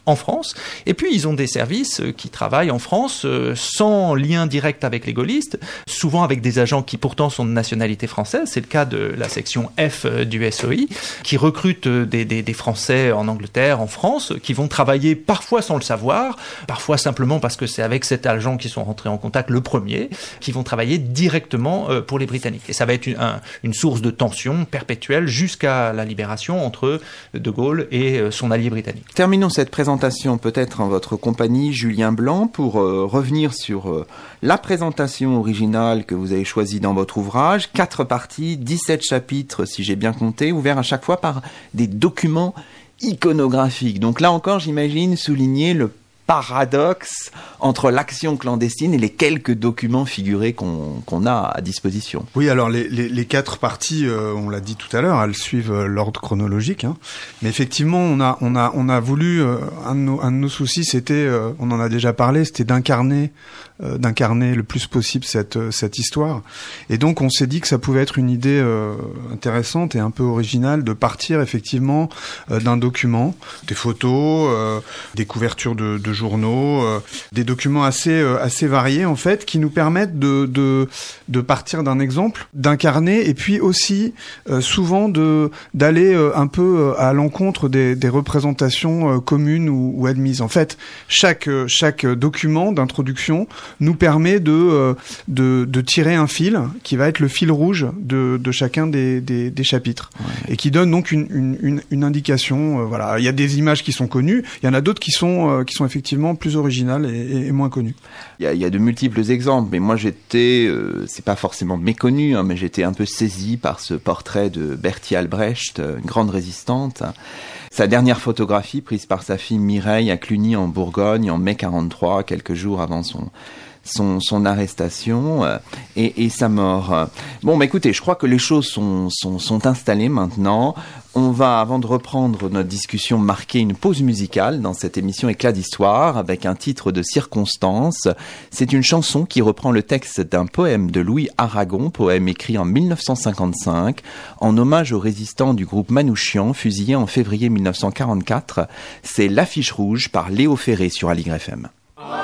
Speaker 4: en France. Et puis, ils ont des services qui travaillent en France euh, sans lien direct avec les gaullistes, souvent avec des agents qui pourtant sont de nationalité française. C'est le cas de la section F du S O I, qui recrute des, des, des Français en Angleterre, en France, qui vont travailler parfois sans le savoir, parfois simplement parce que c'est avec cet agent qu'ils sont rentrés en contact le premier, qui vont travailler directement euh, pour les Britanniques. Et ça va être une, un, une source de tension perpétuelle jusqu'à la libération entre De Gaulle et euh, son allié britannique.
Speaker 1: Terminons cette présentation peut-être en votre compagnie, Julien Blanc, pour euh, revenir sur euh, la présentation originale que vous avez choisie dans votre ouvrage. Quatre parties, dix-sept chapitres si j'ai bien compté, ouverts à chaque fois par des documents iconographiques. Donc là encore, j'imagine souligner le paradoxe entre l'action clandestine et les quelques documents figurés qu'on, qu'on a à disposition.
Speaker 3: Oui, alors les, les, les quatre parties, euh, on l'a dit tout à l'heure, elles suivent euh, l'ordre chronologique. Hein. Mais effectivement, on a, on a, on a voulu, euh, un, de nos, un de nos soucis, c'était, euh, on en a déjà parlé, c'était d'incarner, euh, d'incarner le plus possible cette, cette histoire. Et donc, on s'est dit que ça pouvait être une idée euh, intéressante et un peu originale de partir effectivement euh, d'un document, des photos, euh, des couvertures de, de journaux, euh, des documents assez euh, assez variés en fait, qui nous permettent de de de partir d'un exemple, d'incarner et puis aussi euh, souvent de d'aller euh, un peu euh, à l'encontre des des représentations euh, communes ou, ou admises. En fait, chaque euh, chaque document d'introduction nous permet de euh, de de tirer un fil qui va être le fil rouge de de chacun des des, des chapitres ouais. Et qui donne donc une une une, une indication. Euh, voilà, il y a des images qui sont connues, il y en a d'autres qui sont euh, qui sont effectivement plus original et, et, et moins connu.
Speaker 1: Il y, a, il y a de multiples exemples, mais moi j'étais, euh, c'est pas forcément méconnu, hein, mais j'étais un peu saisi par ce portrait de Bertie Albrecht, une grande résistante. Sa dernière photographie prise par sa fille Mireille à Cluny en Bourgogne en mai quarante-trois, quelques jours avant son Son, son arrestation euh, et, et sa mort. Bon, bah écoutez, je crois que les choses sont, sont, sont installées maintenant. On va, avant de reprendre notre discussion, marquer une pause musicale dans cette émission Éclat d'Histoire avec un titre de circonstance. C'est une chanson qui reprend le texte d'un poème de Louis Aragon, poème écrit en mille neuf cent cinquante-cinq, en hommage aux résistants du groupe Manouchian, fusillés en février mille neuf cent quarante-quatre. C'est L'Affiche rouge par Léo Ferré sur Aligre F M.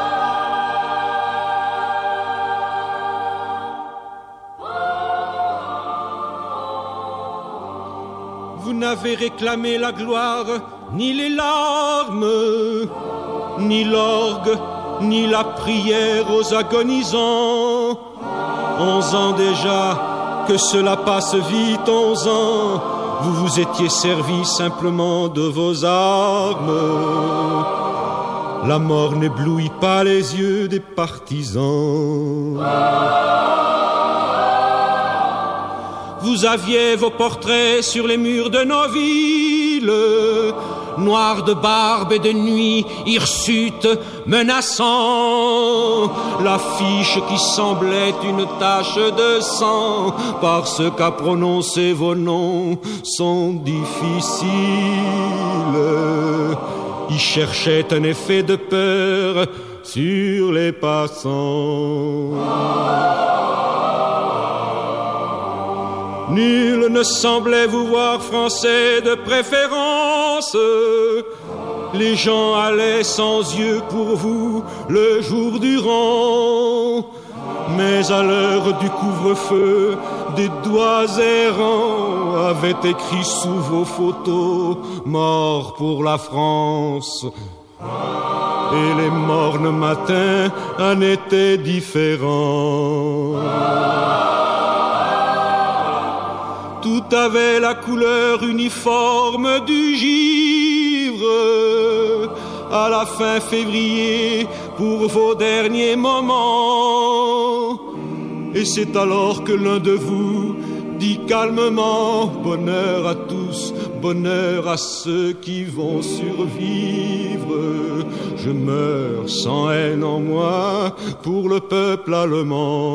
Speaker 5: Vous n'avez réclamé la gloire, ni les larmes, ni l'orgue, ni la prière aux agonisants. Onze ans déjà, que cela passe vite, onze ans, vous vous étiez servi simplement de vos armes. La mort n'éblouit pas les yeux des partisans. Vous aviez vos portraits sur les murs de nos villes, noirs de barbe et de nuit, hirsutes menaçants. L'affiche qui semblait une tache de sang, parce qu'à prononcer vos noms sont difficiles. Ils cherchaient un effet de peur sur les passants. Nul ne semblait vous voir français de préférence. Les gens allaient sans yeux pour vous le jour durant. Mais à l'heure du couvre-feu, des doigts errants avaient écrit sous vos photos « Mort pour la France ». Et les mornes matins en étaient différents. Tout avait la couleur uniforme du givre. À la fin février, pour vos derniers moments. Et c'est alors que l'un de vous dit calmement « Bonheur à tous, bonheur à ceux qui vont survivre. Je meurs sans haine en moi pour le peuple allemand. »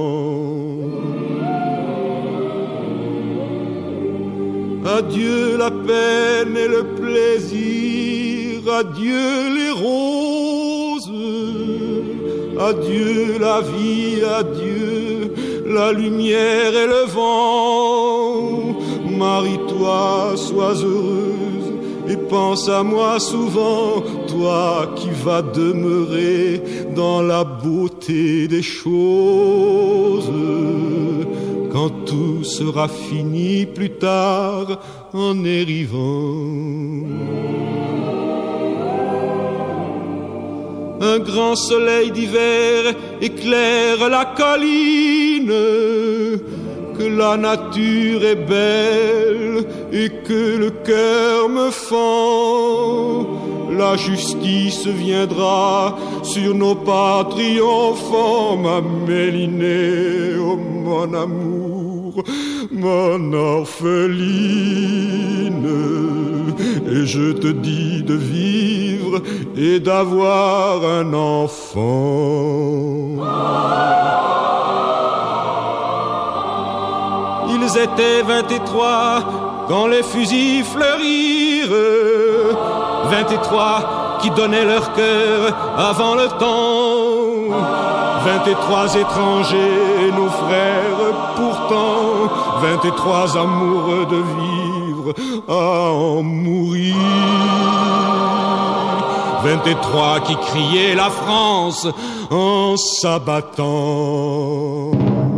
Speaker 5: Adieu la peine et le plaisir, adieu les roses, adieu la vie, adieu la lumière et le vent. Marie-toi, sois heureuse et pense à moi souvent, toi qui vas demeurer dans la beauté des choses. Quand tout sera fini plus tard en arrivant. Un grand soleil d'hiver éclaire la colline, que la nature est belle et que le cœur me fend. La justice viendra sur nos pas triomphants, ma Mélinée, oh mon amour, mon orpheline. Et je te dis de vivre et d'avoir un enfant. Ils étaient vingt-et-trois quand les fusils fleurirent, vingt-et-trois qui donnaient leur cœur avant le temps, vingt-et-trois étrangers, nos frères pourtant, vingt-et-trois amoureux de vivre à en mourir, vingt-et-trois qui criaient la France en s'abattant.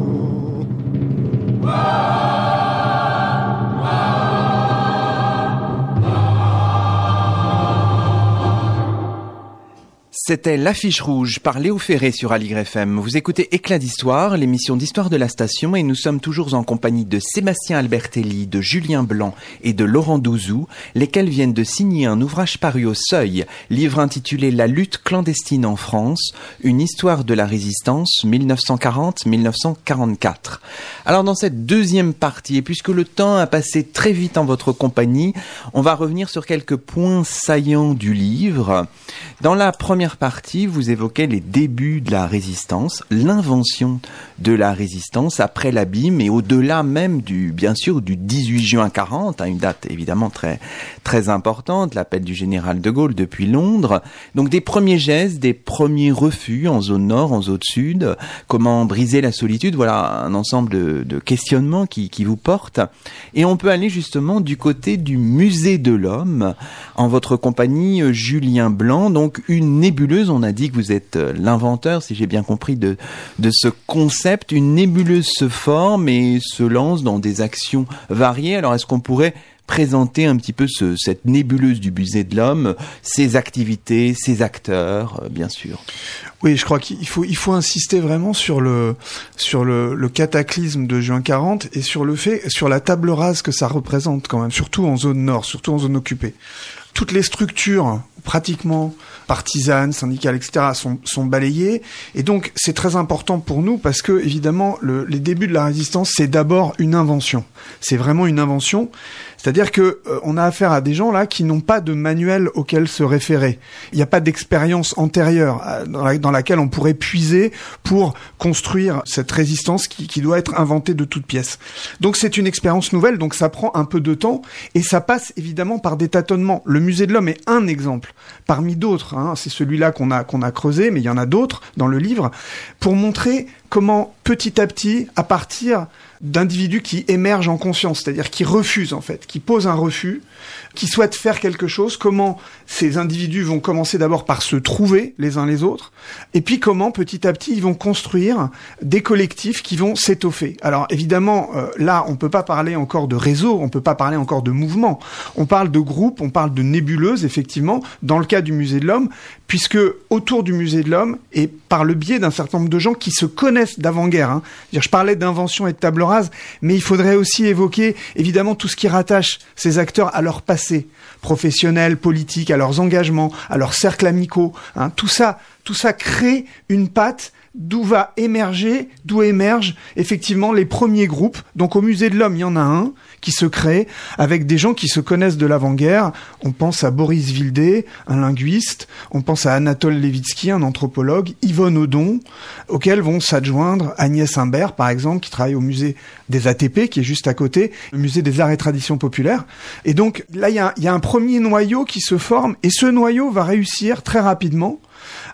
Speaker 1: C'était L'Affiche Rouge par Léo Ferré sur Aligre F M. Vous écoutez Éclat d'Histoire, l'émission d'histoire de la station, et nous sommes toujours en compagnie de Sébastien Albertelli, de Julien Blanc et de Laurent Douzou, lesquels viennent de signer un ouvrage paru au Seuil, livre intitulé La lutte clandestine en France, une histoire de la résistance mille neuf cent quarante à mille neuf cent quarante-quatre. Alors dans cette deuxième partie, et puisque le temps a passé très vite en votre compagnie, on va revenir sur quelques points saillants du livre. Dans la première partie, vous évoquez les débuts de la résistance, l'invention de la résistance après l'abîme et au-delà même du, bien sûr, du dix-huit juin quarante, hein, une date évidemment très, très importante, l'appel du général de Gaulle depuis Londres. Donc des premiers gestes, des premiers refus en zone nord, en zone sud, comment briser la solitude, voilà un ensemble de, de questionnements qui, qui vous portent. Et on peut aller justement du côté du musée de l'homme, en votre compagnie, Julien Blanc, donc une nébuleuse. On a dit que vous êtes l'inventeur, si j'ai bien compris, de, de ce concept. Une nébuleuse se forme et se lance dans des actions variées. Alors, est-ce qu'on pourrait présenter un petit peu ce, cette nébuleuse du musée de l'homme, ses activités, ses acteurs, euh, bien sûr?
Speaker 3: Oui, je crois qu'il faut il faut insister vraiment sur le sur le, le cataclysme de juin quarante et sur le fait sur la table rase que ça représente quand même, surtout en zone nord, surtout en zone occupée. Toutes les structures, pratiquement partisanes, syndicales, et cetera, sont, sont balayées. Et donc, c'est très important pour nous parce que, évidemment, le, les débuts de la résistance, c'est d'abord une invention. C'est vraiment une invention. C'est-à-dire que euh, on a affaire à des gens là qui n'ont pas de manuel auquel se référer. Il n'y a pas d'expérience antérieure euh, dans, la, dans laquelle on pourrait puiser pour construire cette résistance qui, qui doit être inventée de toutes pièces. Donc, c'est une expérience nouvelle. Donc, ça prend un peu de temps et ça passe évidemment par des tâtonnements. Le musée de l'homme est un exemple parmi d'autres, hein, c'est celui-là qu'on a qu'on a creusé, mais il y en a d'autres dans le livre, pour montrer comment petit à petit, à partir d'individus qui émergent en conscience, c'est-à-dire qui refusent en fait, qui posent un refus, qui souhaitent faire quelque chose, comment ces individus vont commencer d'abord par se trouver les uns les autres, et puis comment petit à petit ils vont construire des collectifs qui vont s'étoffer. Alors évidemment, euh, là on peut pas parler encore de réseau, on peut pas parler encore de mouvement, on parle de groupe, on parle de nébuleuse effectivement, dans le cas du musée de l'homme, puisque autour du musée de l'homme, et par le biais d'un certain nombre de gens qui se connaissent d'avant-guerre, hein, je parlais d'invention et de table rase, mais il faudrait aussi évoquer évidemment tout ce qui rattache ces acteurs à leur passé professionnel, politique, à leurs engagements, à leurs cercles amicaux, hein, tout ça, tout ça crée une patte d'où va émerger, d'où émergent effectivement les premiers groupes. Donc au musée de l'homme, il y en a un qui se crée avec des gens qui se connaissent de l'avant-guerre. On pense à Boris Vildé, un linguiste, on pense à Anatole Levitsky, un anthropologue, Yvonne Odon, auxquels vont s'adjoindre Agnès Imbert, par exemple, qui travaille au musée des A T P, qui est juste à côté, le musée des arts et traditions populaires. Et donc là, il y a, il y a un premier noyau qui se forme, et ce noyau va réussir très rapidement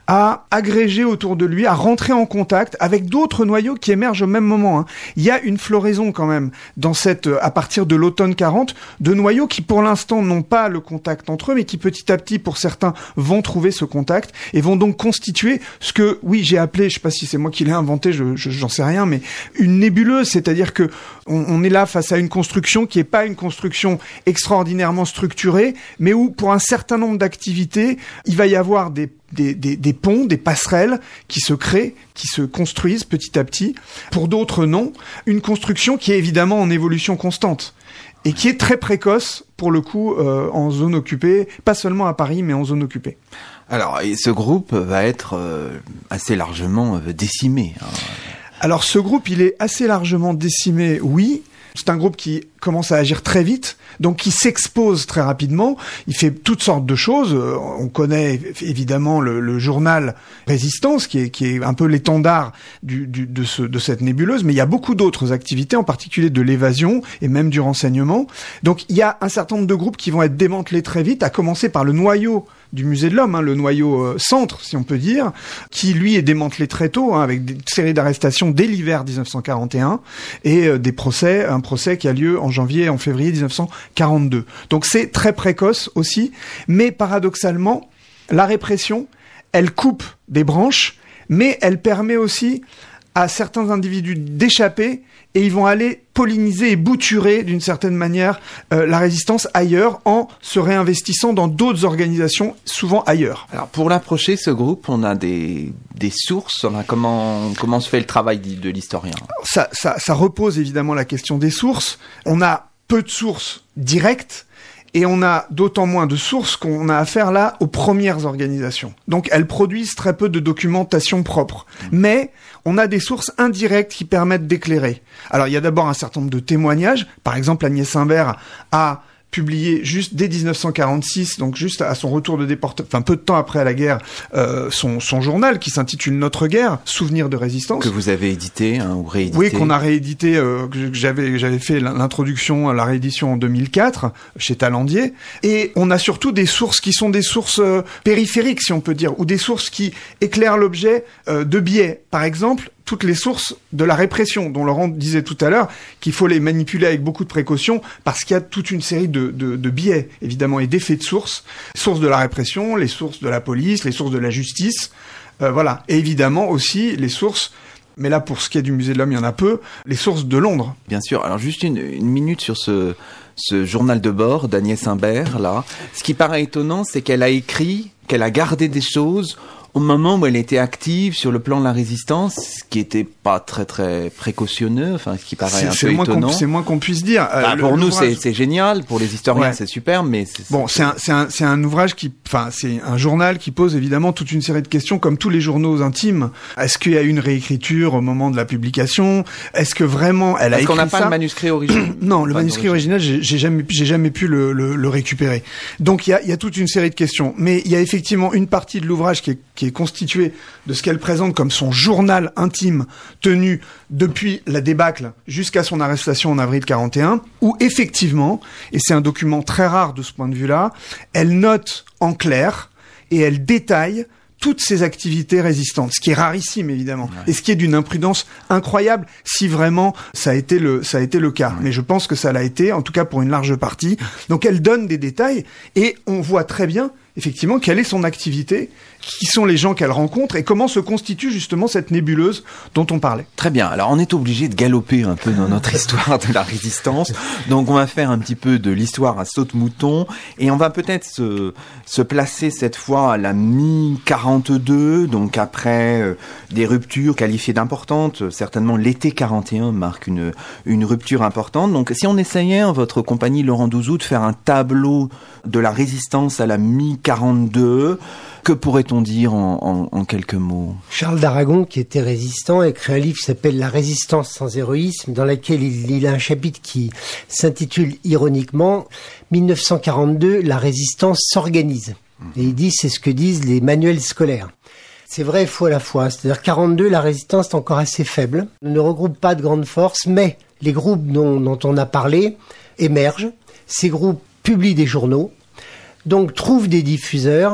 Speaker 3: à agréger autour de lui, à rentrer en contact avec d'autres noyaux qui émergent au même moment. Hein. Il y a une floraison quand même dans cette, à partir de l'automne quarante, de noyaux qui pour l'instant n'ont pas le contact entre eux, mais qui petit à petit, pour certains, vont trouver ce contact et vont donc constituer ce que, oui, j'ai appelé, je sais pas si c'est moi qui l'ai inventé, je, je, j'en sais rien, mais une nébuleuse, c'est-à-dire que on, on est là face à une construction qui est pas une construction extraordinairement structurée, mais où pour un certain nombre d'activités, il va y avoir des Des, des, des ponts, des passerelles qui se créent, qui se construisent petit à petit. Pour d'autres, non. Une construction qui est évidemment en évolution constante et qui est très précoce, pour le coup, euh, en zone occupée, pas seulement à Paris, mais en zone occupée.
Speaker 1: Alors, et ce groupe va être euh, assez largement euh, décimé. Hein.
Speaker 3: Alors, ce groupe, il est assez largement décimé, oui. C'est un groupe qui commence à agir très vite, donc qui s'expose très rapidement. Il fait toutes sortes de choses. On connaît évidemment le, le journal Résistance, qui est, qui est un peu l'étendard du, du, de, ce, de cette nébuleuse, mais il y a beaucoup d'autres activités, en particulier de l'évasion et même du renseignement. Donc il y a un certain nombre de groupes qui vont être démantelés très vite, à commencer par le noyau du Musée de l'Homme, hein, le noyau euh, centre, si on peut dire, qui lui est démantelé très tôt, hein, avec une série d'arrestations dès l'hiver dix-neuf cent quarante et un et euh, des procès, un procès qui a lieu en janvier et en février dix-neuf cent quarante-deux. Donc c'est très précoce aussi, mais paradoxalement, la répression, elle coupe des branches, mais elle permet aussi à certains individus d'échapper, et ils vont aller polliniser et bouturer d'une certaine manière euh, la résistance ailleurs en se réinvestissant dans d'autres organisations, souvent ailleurs.
Speaker 1: Alors pour l'approcher, ce groupe, on a des, des sources. Enfin, comment, comment se fait le travail de l'historien ?
Speaker 3: ça, ça, ça repose évidemment la question des sources. On a peu de sources directes, et on a d'autant moins de sources qu'on a affaire là aux premières organisations. Donc elles produisent très peu de documentation propre. Mais on a des sources indirectes qui permettent d'éclairer. Alors il y a d'abord un certain nombre de témoignages. Par exemple, Agnès Imbert a publié juste dès dix-neuf cent quarante-six, donc juste à son retour de déportation, enfin peu de temps après la guerre, euh, son, son journal qui s'intitule Notre guerre, Souvenirs de résistance.
Speaker 1: Que vous avez édité, hein, ou réédité.
Speaker 3: Oui, qu'on a réédité, euh, que j'avais, j'avais fait l'introduction à la réédition en deux mille quatre, chez Talandier. Et on a surtout des sources qui sont des sources euh, périphériques, si on peut dire, ou des sources qui éclairent l'objet euh, de biais. Par exemple, toutes les sources de la répression, dont Laurent disait tout à l'heure qu'il faut les manipuler avec beaucoup de précaution, parce qu'il y a toute une série de, de, de biais, évidemment, et d'effets de source. Sources de la répression, les sources de la police, les sources de la justice, euh, voilà. Et évidemment aussi les sources, mais là, pour ce qui est du Musée de l'Homme, il y en a peu, les sources de Londres.
Speaker 1: Bien sûr. Alors, juste une, une minute sur ce, ce journal de bord d'Agnès Imbert, là. Ce qui paraît étonnant, c'est qu'elle a écrit, qu'elle a gardé des choses au moment où elle était active sur le plan de la résistance, ce qui était pas très très précautionneux, enfin ce qui paraît
Speaker 3: c'est,
Speaker 1: un
Speaker 3: c'est
Speaker 1: peu
Speaker 3: moins
Speaker 1: étonnant.
Speaker 3: C'est moins qu'on puisse dire.
Speaker 1: Bah,
Speaker 3: euh,
Speaker 1: pour
Speaker 3: le,
Speaker 1: nous c'est, c'est génial, pour les historiens ouais. c'est super, mais c'est,
Speaker 3: bon c'est, c'est un c'est un c'est un ouvrage qui, enfin c'est un journal qui pose évidemment toute une série de questions comme tous les journaux intimes. Est-ce qu'il y a eu une réécriture au moment de la publication ? Est-ce que vraiment elle a
Speaker 1: Est-ce
Speaker 3: écrit ça ?
Speaker 1: qu'on n'a pas le manuscrit original ?
Speaker 3: Non, le manuscrit original, j'ai, j'ai jamais j'ai jamais pu le, le, le récupérer. Donc il y a il y a toute une série de questions, mais il y a effectivement une partie de l'ouvrage qui est qui est constituée de ce qu'elle présente comme son journal intime tenu depuis la débâcle jusqu'à son arrestation en avril quarante et un, où effectivement, et c'est un document très rare de ce point de vue-là, elle note en clair et elle détaille toutes ses activités résistantes, ce qui est rarissime évidemment, ouais. et ce qui est d'une imprudence incroyable si vraiment ça a été le ça a été le cas. Ouais. Mais je pense que ça l'a été, en tout cas pour une large partie. Donc elle donne des détails et on voit très bien effectivement quelle est son activité, qui sont les gens qu'elle rencontre et comment se constitue justement cette nébuleuse dont on parlait.
Speaker 1: Très bien, alors on est obligé de galoper un peu dans notre histoire de la résistance, donc on va faire un petit peu de l'histoire à saute-mouton et on va peut-être se, se placer cette fois à la mi-quarante-deux, donc après euh, des ruptures qualifiées d'importantes, certainement l'été quarante et un marque une, une rupture importante. Donc si on essayait en votre compagnie Laurent Douzou de faire un tableau de la résistance à la mi-quarante-deux, que pourrait-on dire en, en, en quelques mots ?
Speaker 2: Charles d'Aragon, qui était résistant, a écrit un livre qui s'appelle « La résistance sans héroïsme », dans lequel il, il a un chapitre qui s'intitule ironiquement « mille neuf cent quarante-deux, la résistance s'organise ». Et il dit, c'est ce que disent les manuels scolaires. C'est vrai et faux à la fois. C'est-à-dire quarante-deux, la résistance est encore assez faible. On ne regroupe pas de grandes forces, mais les groupes dont, dont on a parlé émergent. Ces groupes publient des journaux, donc trouvent des diffuseurs,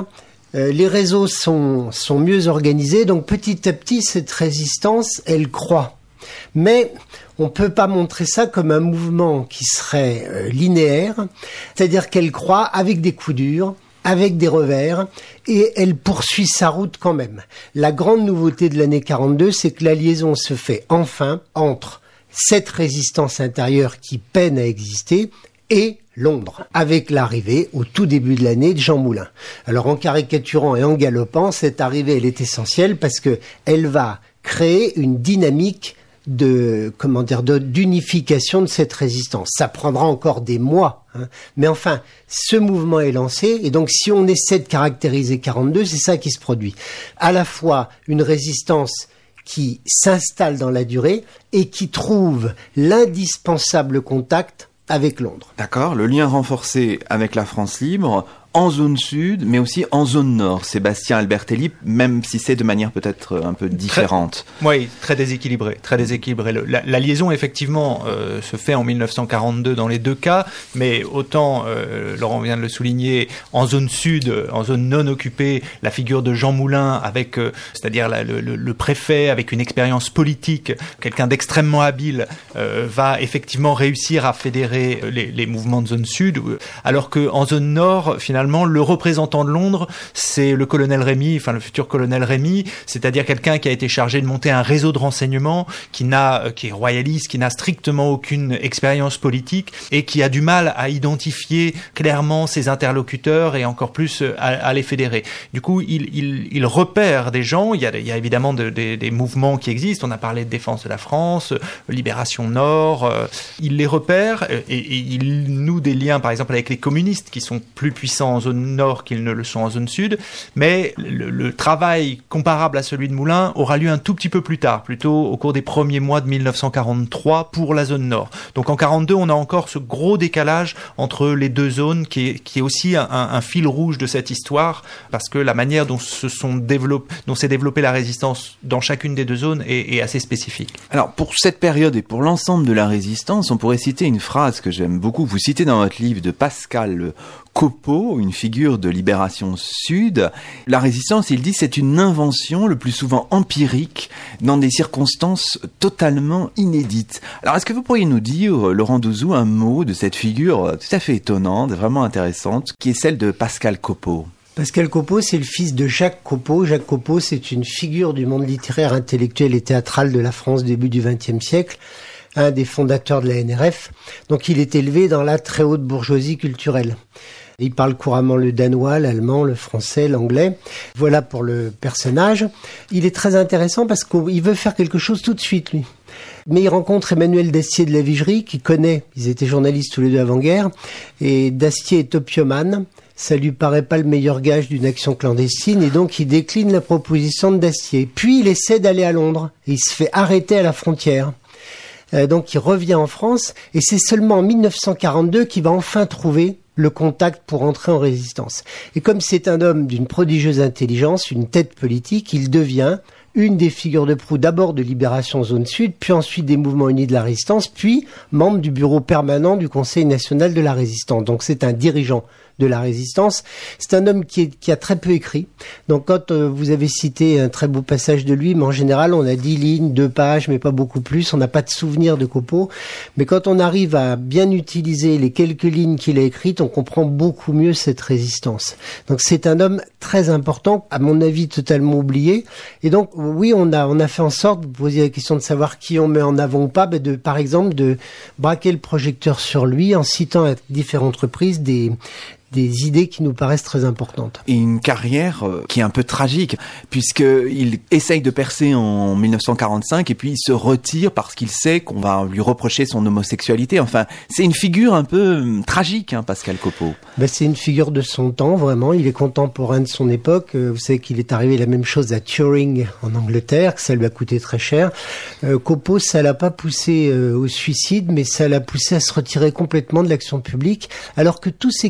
Speaker 2: Euh, les réseaux sont, sont mieux organisés, donc petit à petit, cette résistance, elle croît. Mais on ne peut pas montrer ça comme un mouvement qui serait euh, linéaire, c'est-à-dire qu'elle croît avec des coups durs, avec des revers, et elle poursuit sa route quand même. La grande nouveauté de l'année quarante-deux, c'est que la liaison se fait enfin entre cette résistance intérieure qui peine à exister et Londres, avec l'arrivée au tout début de l'année de Jean Moulin. Alors en caricaturant et en galopant, cette arrivée elle est essentielle parce que elle va créer une dynamique de comment dire de, d'unification de cette résistance. Ça prendra encore des mois, hein, mais enfin ce mouvement est lancé et donc si on essaie de caractériser quarante-deux, c'est ça qui se produit. À la fois une résistance qui s'installe dans la durée et qui trouve l'indispensable contact avec Londres.
Speaker 1: D'accord, le lien renforcé avec la France libre, en zone sud, mais aussi en zone nord. Sébastien Albertelli, même si c'est de manière peut-être un peu différente.
Speaker 4: Très, oui, très déséquilibré, très déséquilibré. Le, la, la liaison, effectivement, euh, se fait en mille neuf cent quarante-deux dans les deux cas, mais autant, euh, Laurent vient de le souligner, en zone sud, en zone non occupée, la figure de Jean Moulin, avec, euh, c'est-à-dire la, le, le préfet, avec une expérience politique, quelqu'un d'extrêmement habile, euh, va effectivement réussir à fédérer les, les mouvements de zone sud, alors qu'en zone nord, finalement, le représentant de Londres, c'est le colonel Rémy, enfin le futur colonel Rémy, c'est-à-dire quelqu'un qui a été chargé de monter un réseau de renseignement, qui n'a, qui est royaliste, qui n'a strictement aucune expérience politique et qui a du mal à identifier clairement ses interlocuteurs et encore plus à, à les fédérer. Du coup, il, il, il repère des gens. Il y a, il y a évidemment de, de, des mouvements qui existent. On a parlé de Défense de la France, Libération Nord. Euh, il les repère et, et il noue des liens, par exemple, avec les communistes qui sont plus puissants en zone nord qu'ils ne le sont en zone sud, mais le, le travail comparable à celui de Moulin aura lieu un tout petit peu plus tard, plutôt au cours des premiers mois de mille neuf cent quarante-trois pour la zone nord. Donc en quarante-deux, on a encore ce gros décalage entre les deux zones qui est, qui est aussi un, un fil rouge de cette histoire, parce que la manière dont se sont développé, dont s'est développée la résistance dans chacune des deux zones est, est assez spécifique.
Speaker 1: Alors pour cette période et pour l'ensemble de la résistance, on pourrait citer une phrase que j'aime beaucoup. Vous citez dans votre livre de Pascal Copeau, une figure de Libération Sud. La résistance, il dit, c'est une invention le plus souvent empirique dans des circonstances totalement inédites. Alors, est-ce que vous pourriez nous dire, Laurent Douzou, un mot de cette figure tout à fait étonnante, vraiment intéressante, qui est celle de Pascal Copeau?
Speaker 2: Pascal Copeau, c'est le fils de Jacques Copeau. Jacques Copeau, c'est une figure du monde littéraire, intellectuel et théâtral de la France début du vingtième siècle. Un des fondateurs de la N R F. Donc, il est élevé dans la très haute bourgeoisie culturelle. Il parle couramment le danois, l'allemand, le français, l'anglais. Voilà pour le personnage. Il est très intéressant parce qu'il veut faire quelque chose tout de suite, lui. Mais il rencontre Emmanuel Dastier de la Vigerie, qui connaît, ils étaient journalistes tous les deux avant-guerre, et Dastier est opiomane. Ça lui paraît pas le meilleur gage d'une action clandestine, et donc il décline la proposition de Dastier. Puis il essaie d'aller à Londres, et il se fait arrêter à la frontière. Euh, donc il revient en France, et c'est seulement en mille neuf cent quarante-deux qu'il va enfin trouver le contact pour entrer en résistance. Et comme c'est un homme d'une prodigieuse intelligence, une tête politique, il devient une des figures de proue d'abord de Libération Zone Sud, puis ensuite des Mouvements Unis de la Résistance, puis membre du bureau permanent du Conseil national de la Résistance. Donc c'est un dirigeant de la résistance. C'est un homme qui, est, qui a très peu écrit. Donc quand euh, vous avez cité un très beau passage de lui, mais en général on a dix lignes, deux pages, mais pas beaucoup plus. On n'a pas de souvenir de Copeau. Mais quand on arrive à bien utiliser les quelques lignes qu'il a écrites, on comprend beaucoup mieux cette résistance. Donc c'est un homme très important, à mon avis totalement oublié. Et donc oui, on a on a fait en sorte, vous posiez la question de savoir qui on met en avant ou pas, ben de par exemple de braquer le projecteur sur lui en citant à différentes reprises des des idées qui nous paraissent très importantes.
Speaker 1: Et une carrière euh, qui est un peu tragique, puisqu'il essaye de percer en mille neuf cent quarante-cinq et puis il se retire parce qu'il sait qu'on va lui reprocher son homosexualité. Enfin, c'est une figure un peu euh, tragique, hein, Pascal Copeau.
Speaker 2: Ben, c'est une figure de son temps, vraiment. Il est contemporain de son époque. Euh, vous savez qu'il est arrivé la même chose à Turing en Angleterre, que ça lui a coûté très cher. Euh, Copeau, ça l'a pas poussé euh, au suicide, mais ça l'a poussé à se retirer complètement de l'action publique, alors que tous ses camarades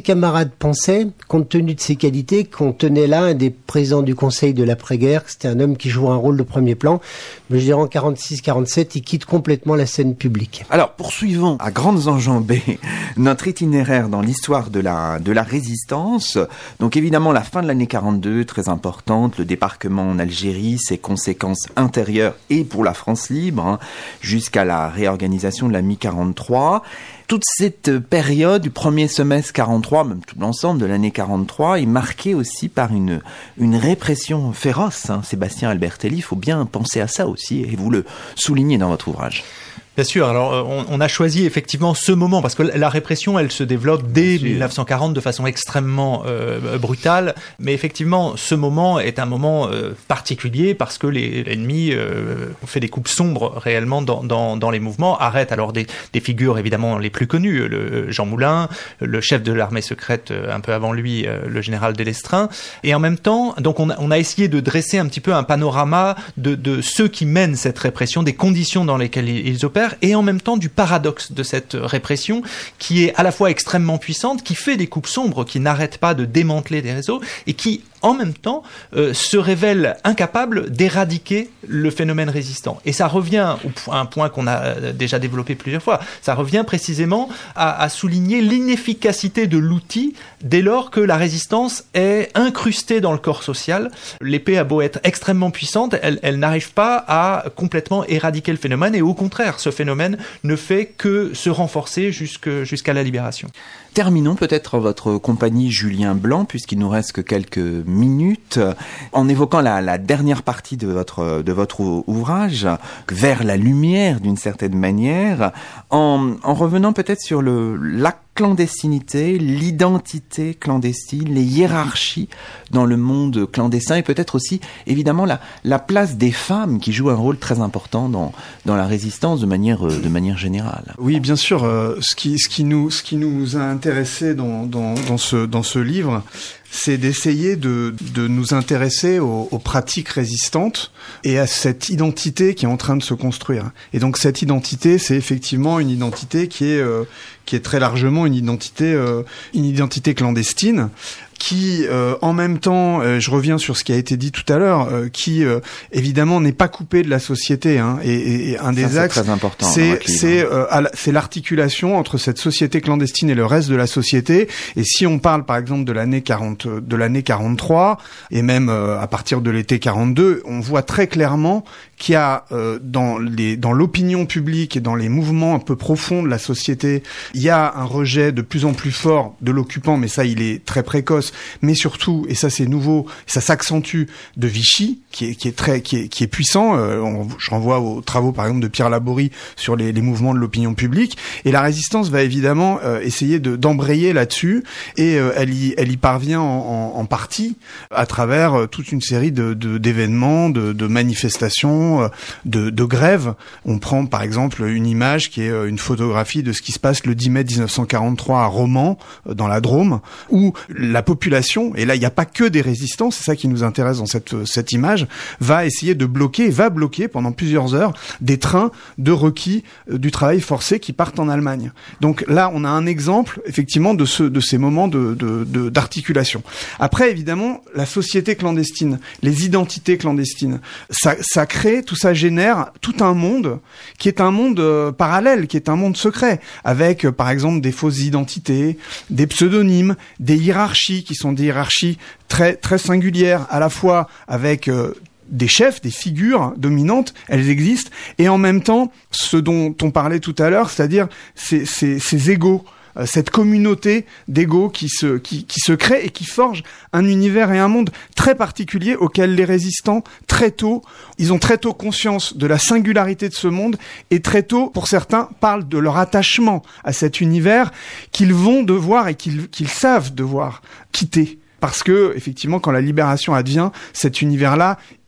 Speaker 2: pensait, compte tenu de ses qualités, qu'on tenait là un des présidents du Conseil de l'après-guerre, c'était un homme qui jouait un rôle de premier plan. Mais je dirais en quarante-six quarante-sept, il quitte complètement la scène publique.
Speaker 1: Alors, poursuivons à grandes enjambées notre itinéraire dans l'histoire de la, de la résistance. Donc évidemment, la fin de l'année quarante-deux, très importante, le débarquement en Algérie, ses conséquences intérieures et pour la France libre, hein, jusqu'à la réorganisation de la mi quarante-trois. Toute cette période du premier semestre quarante-trois, même tout l'ensemble de l'année quarante-trois, est marquée aussi par une, une répression féroce. Hein. Sébastien Albertelli, il faut bien penser à ça aussi, et vous le soulignez dans votre ouvrage.
Speaker 4: Bien sûr, alors on, on a choisi effectivement ce moment parce que la répression, elle se développe dès dix-neuf cent quarante de façon extrêmement euh, brutale, mais effectivement ce moment est un moment euh, particulier parce que les, l'ennemi euh, fait des coupes sombres réellement dans, dans, dans les mouvements, arrête alors des, des figures évidemment les plus connues, le Jean Moulin, le chef de l'armée secrète un peu avant lui, le général Delestraint, et en même temps, donc on a, on a essayé de dresser un petit peu un panorama de, de ceux qui mènent cette répression, des conditions dans lesquelles ils, ils opèrent, et en même temps du paradoxe de cette répression qui est à la fois extrêmement puissante, qui fait des coupes sombres, qui n'arrête pas de démanteler des réseaux et qui en même temps euh, se révèle incapable d'éradiquer le phénomène résistant. Et ça revient à un point qu'on a déjà développé plusieurs fois, ça revient précisément à, à souligner l'inefficacité de l'outil dès lors que la résistance est incrustée dans le corps social. L'épée a beau être extrêmement puissante, elle, elle n'arrive pas à complètement éradiquer le phénomène et au contraire, ce phénomène ne fait que se renforcer jusque, jusqu'à la libération.
Speaker 1: Terminons peut-être votre compagnie Julien Blanc, puisqu'il nous reste que quelques minutes, en évoquant la, la dernière partie de votre, de votre ouvrage, vers la lumière d'une certaine manière, en, en revenant peut-être sur le, la clandestinité, l'identité clandestine, les hiérarchies dans le monde clandestin et peut-être aussi évidemment la, la place des femmes qui jouent un rôle très important dans, dans la résistance de manière, de manière générale.
Speaker 3: Oui, bien sûr. Euh, ce, qui, ce, qui nous, ce qui nous a intéressé dans, dans, dans, ce, dans ce livre, c'est d'essayer de, de nous intéresser aux, aux pratiques résistantes et à cette identité qui est en train de se construire. Et donc cette identité, c'est effectivement une identité qui est, euh, qui est très largement une identité, euh, une identité clandestine, qui, euh, en même temps, euh, je reviens sur ce qui a été dit tout à l'heure, euh, qui euh, évidemment n'est pas coupé de la société. Hein, et, et, et un des
Speaker 1: Ça,
Speaker 3: axes,
Speaker 1: c'est très important.
Speaker 3: C'est c'est euh, c'est l'articulation entre cette société clandestine et le reste de la société. Et si on parle, par exemple, de l'année quarante, de l'année quarante-trois, et même euh, à partir de l'été quarante-deux, on voit très clairement qu'il y a euh, dans les dans l'opinion publique et dans les mouvements un peu profonds de la société, il y a un rejet de plus en plus fort de l'occupant, mais ça, il est très précoce. Mais surtout, et ça c'est nouveau, ça s'accentue, de Vichy, qui est, qui est très, qui est, qui est puissant. Euh, on, je renvoie aux travaux par exemple de Pierre Laborie sur les, les mouvements de l'opinion publique. Et la résistance va évidemment euh, essayer de d'embrayer là-dessus, et euh, elle y, elle y parvient en, en, en partie à travers euh, toute une série de, de d'événements, de, de manifestations, euh, de, de grèves. On prend par exemple une image qui est euh, une photographie de ce qui se passe le dix mai dix-neuf cent quarante-trois à Romans, euh, dans la Drôme, où la population, et là il n'y a pas que des résistants, c'est ça qui nous intéresse dans cette, cette image, va essayer de bloquer, va bloquer pendant plusieurs heures des trains de requis euh, du travail forcé qui partent en Allemagne. Donc là on a un exemple effectivement de, ce, de ces moments de, de, de, d'articulation. Après évidemment la société clandestine, les identités clandestines, ça, ça crée, tout ça génère tout un monde qui est un monde euh, parallèle, qui est un monde secret, avec euh, par exemple des fausses identités, des pseudonymes, des hiérarchies qui sont des hiérarchies très très singulières, à la fois avec euh, des chefs, des figures dominantes, elles existent, et en même temps ce dont on parlait tout à l'heure, c'est-à-dire ces, ces, ces égos, euh, cette communauté d'égos qui se qui, qui se crée et qui forge un univers et un monde très particulier auquel les résistants très tôt, ils ont très tôt conscience de la singularité de ce monde, et très tôt, pour certains, parlent de leur attachement à cet univers qu'ils vont devoir et qu'ils qu'ils savent devoir quitter. Parce que, effectivement, quand la libération advient, cet univers-là,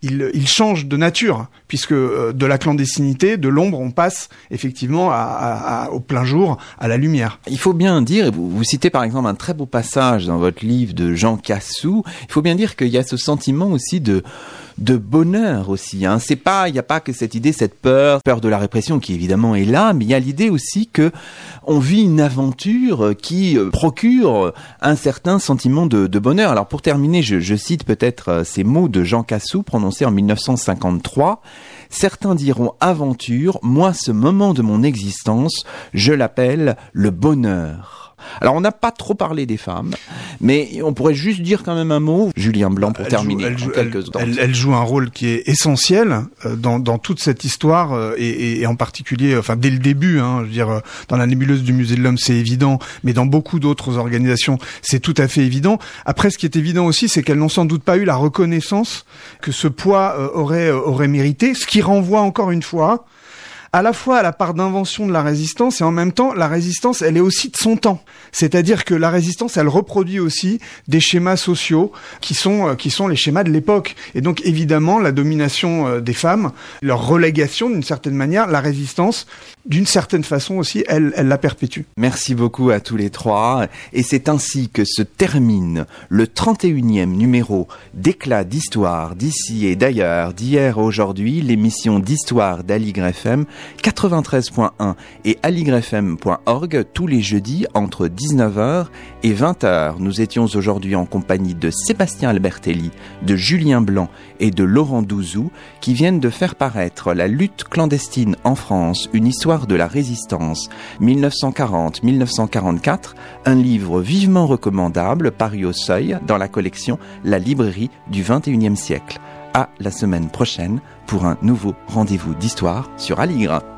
Speaker 3: il, il change de nature, puisque euh, de la clandestinité, de l'ombre, on passe effectivement à, à, à, au plein jour, à la lumière.
Speaker 1: Il faut bien dire, vous, vous citez par exemple un très beau passage dans votre livre de Jean Cassou, il faut bien dire qu'il y a ce sentiment aussi de de bonheur aussi, hein. C'est pas, il n'y a pas que cette idée, cette peur, peur de la répression qui évidemment est là, mais il y a l'idée aussi que on vit une aventure qui procure un certain sentiment de, de bonheur. Alors pour terminer, je, je cite peut-être ces mots de Jean Cassou prononcés en mille neuf cent cinquante-trois. Certains diront aventure, moi ce moment de mon existence, je l'appelle le bonheur. Alors on n'a pas trop parlé des femmes, mais on pourrait juste dire quand même un mot, Julien Blanc, pour
Speaker 3: elle
Speaker 1: terminer.
Speaker 3: Joue, elle,
Speaker 1: en
Speaker 3: joue,
Speaker 1: quelques
Speaker 3: elle,
Speaker 1: secondes.
Speaker 3: Elle, elle joue un rôle qui est essentiel euh, dans, dans toute cette histoire euh, et, et en particulier, enfin dès le début, hein, je veux dire, euh, dans la nébuleuse du Musée de l'Homme, c'est évident, mais dans beaucoup d'autres organisations, c'est tout à fait évident. Après, ce qui est évident aussi, c'est qu'elles n'ont sans doute pas eu la reconnaissance que ce poids euh, aurait euh, aurait mérité, ce qui renvoie encore une fois à la fois à la part d'invention de la résistance et en même temps, la résistance, elle est aussi de son temps. C'est-à-dire que la résistance, elle reproduit aussi des schémas sociaux qui sont qui sont les schémas de l'époque. Et donc, évidemment, la domination des femmes, leur relégation d'une certaine manière, la résistance, d'une certaine façon aussi, elle, elle la perpétue.
Speaker 1: Merci beaucoup à tous les trois. Et c'est ainsi que se termine le trente et unième numéro d'Éclat d'Histoire d'ici et d'ailleurs, d'hier à aujourd'hui, l'émission d'Histoire d'Aligre F M, quatre-vingt-treize point un et aligre f m point org tous les jeudis entre dix-neuf heures et vingt heures. Nous étions aujourd'hui en compagnie de Sébastien Albertelli, de Julien Blanc et de Laurent Douzou qui viennent de faire paraître La lutte clandestine en France, une histoire de la résistance mille neuf cent quarante à mille neuf cent quarante-quatre, un livre vivement recommandable paru au Seuil dans la collection La librairie du vingt et unième siècle. À la semaine prochaine pour un nouveau rendez-vous d'histoire sur Aligre.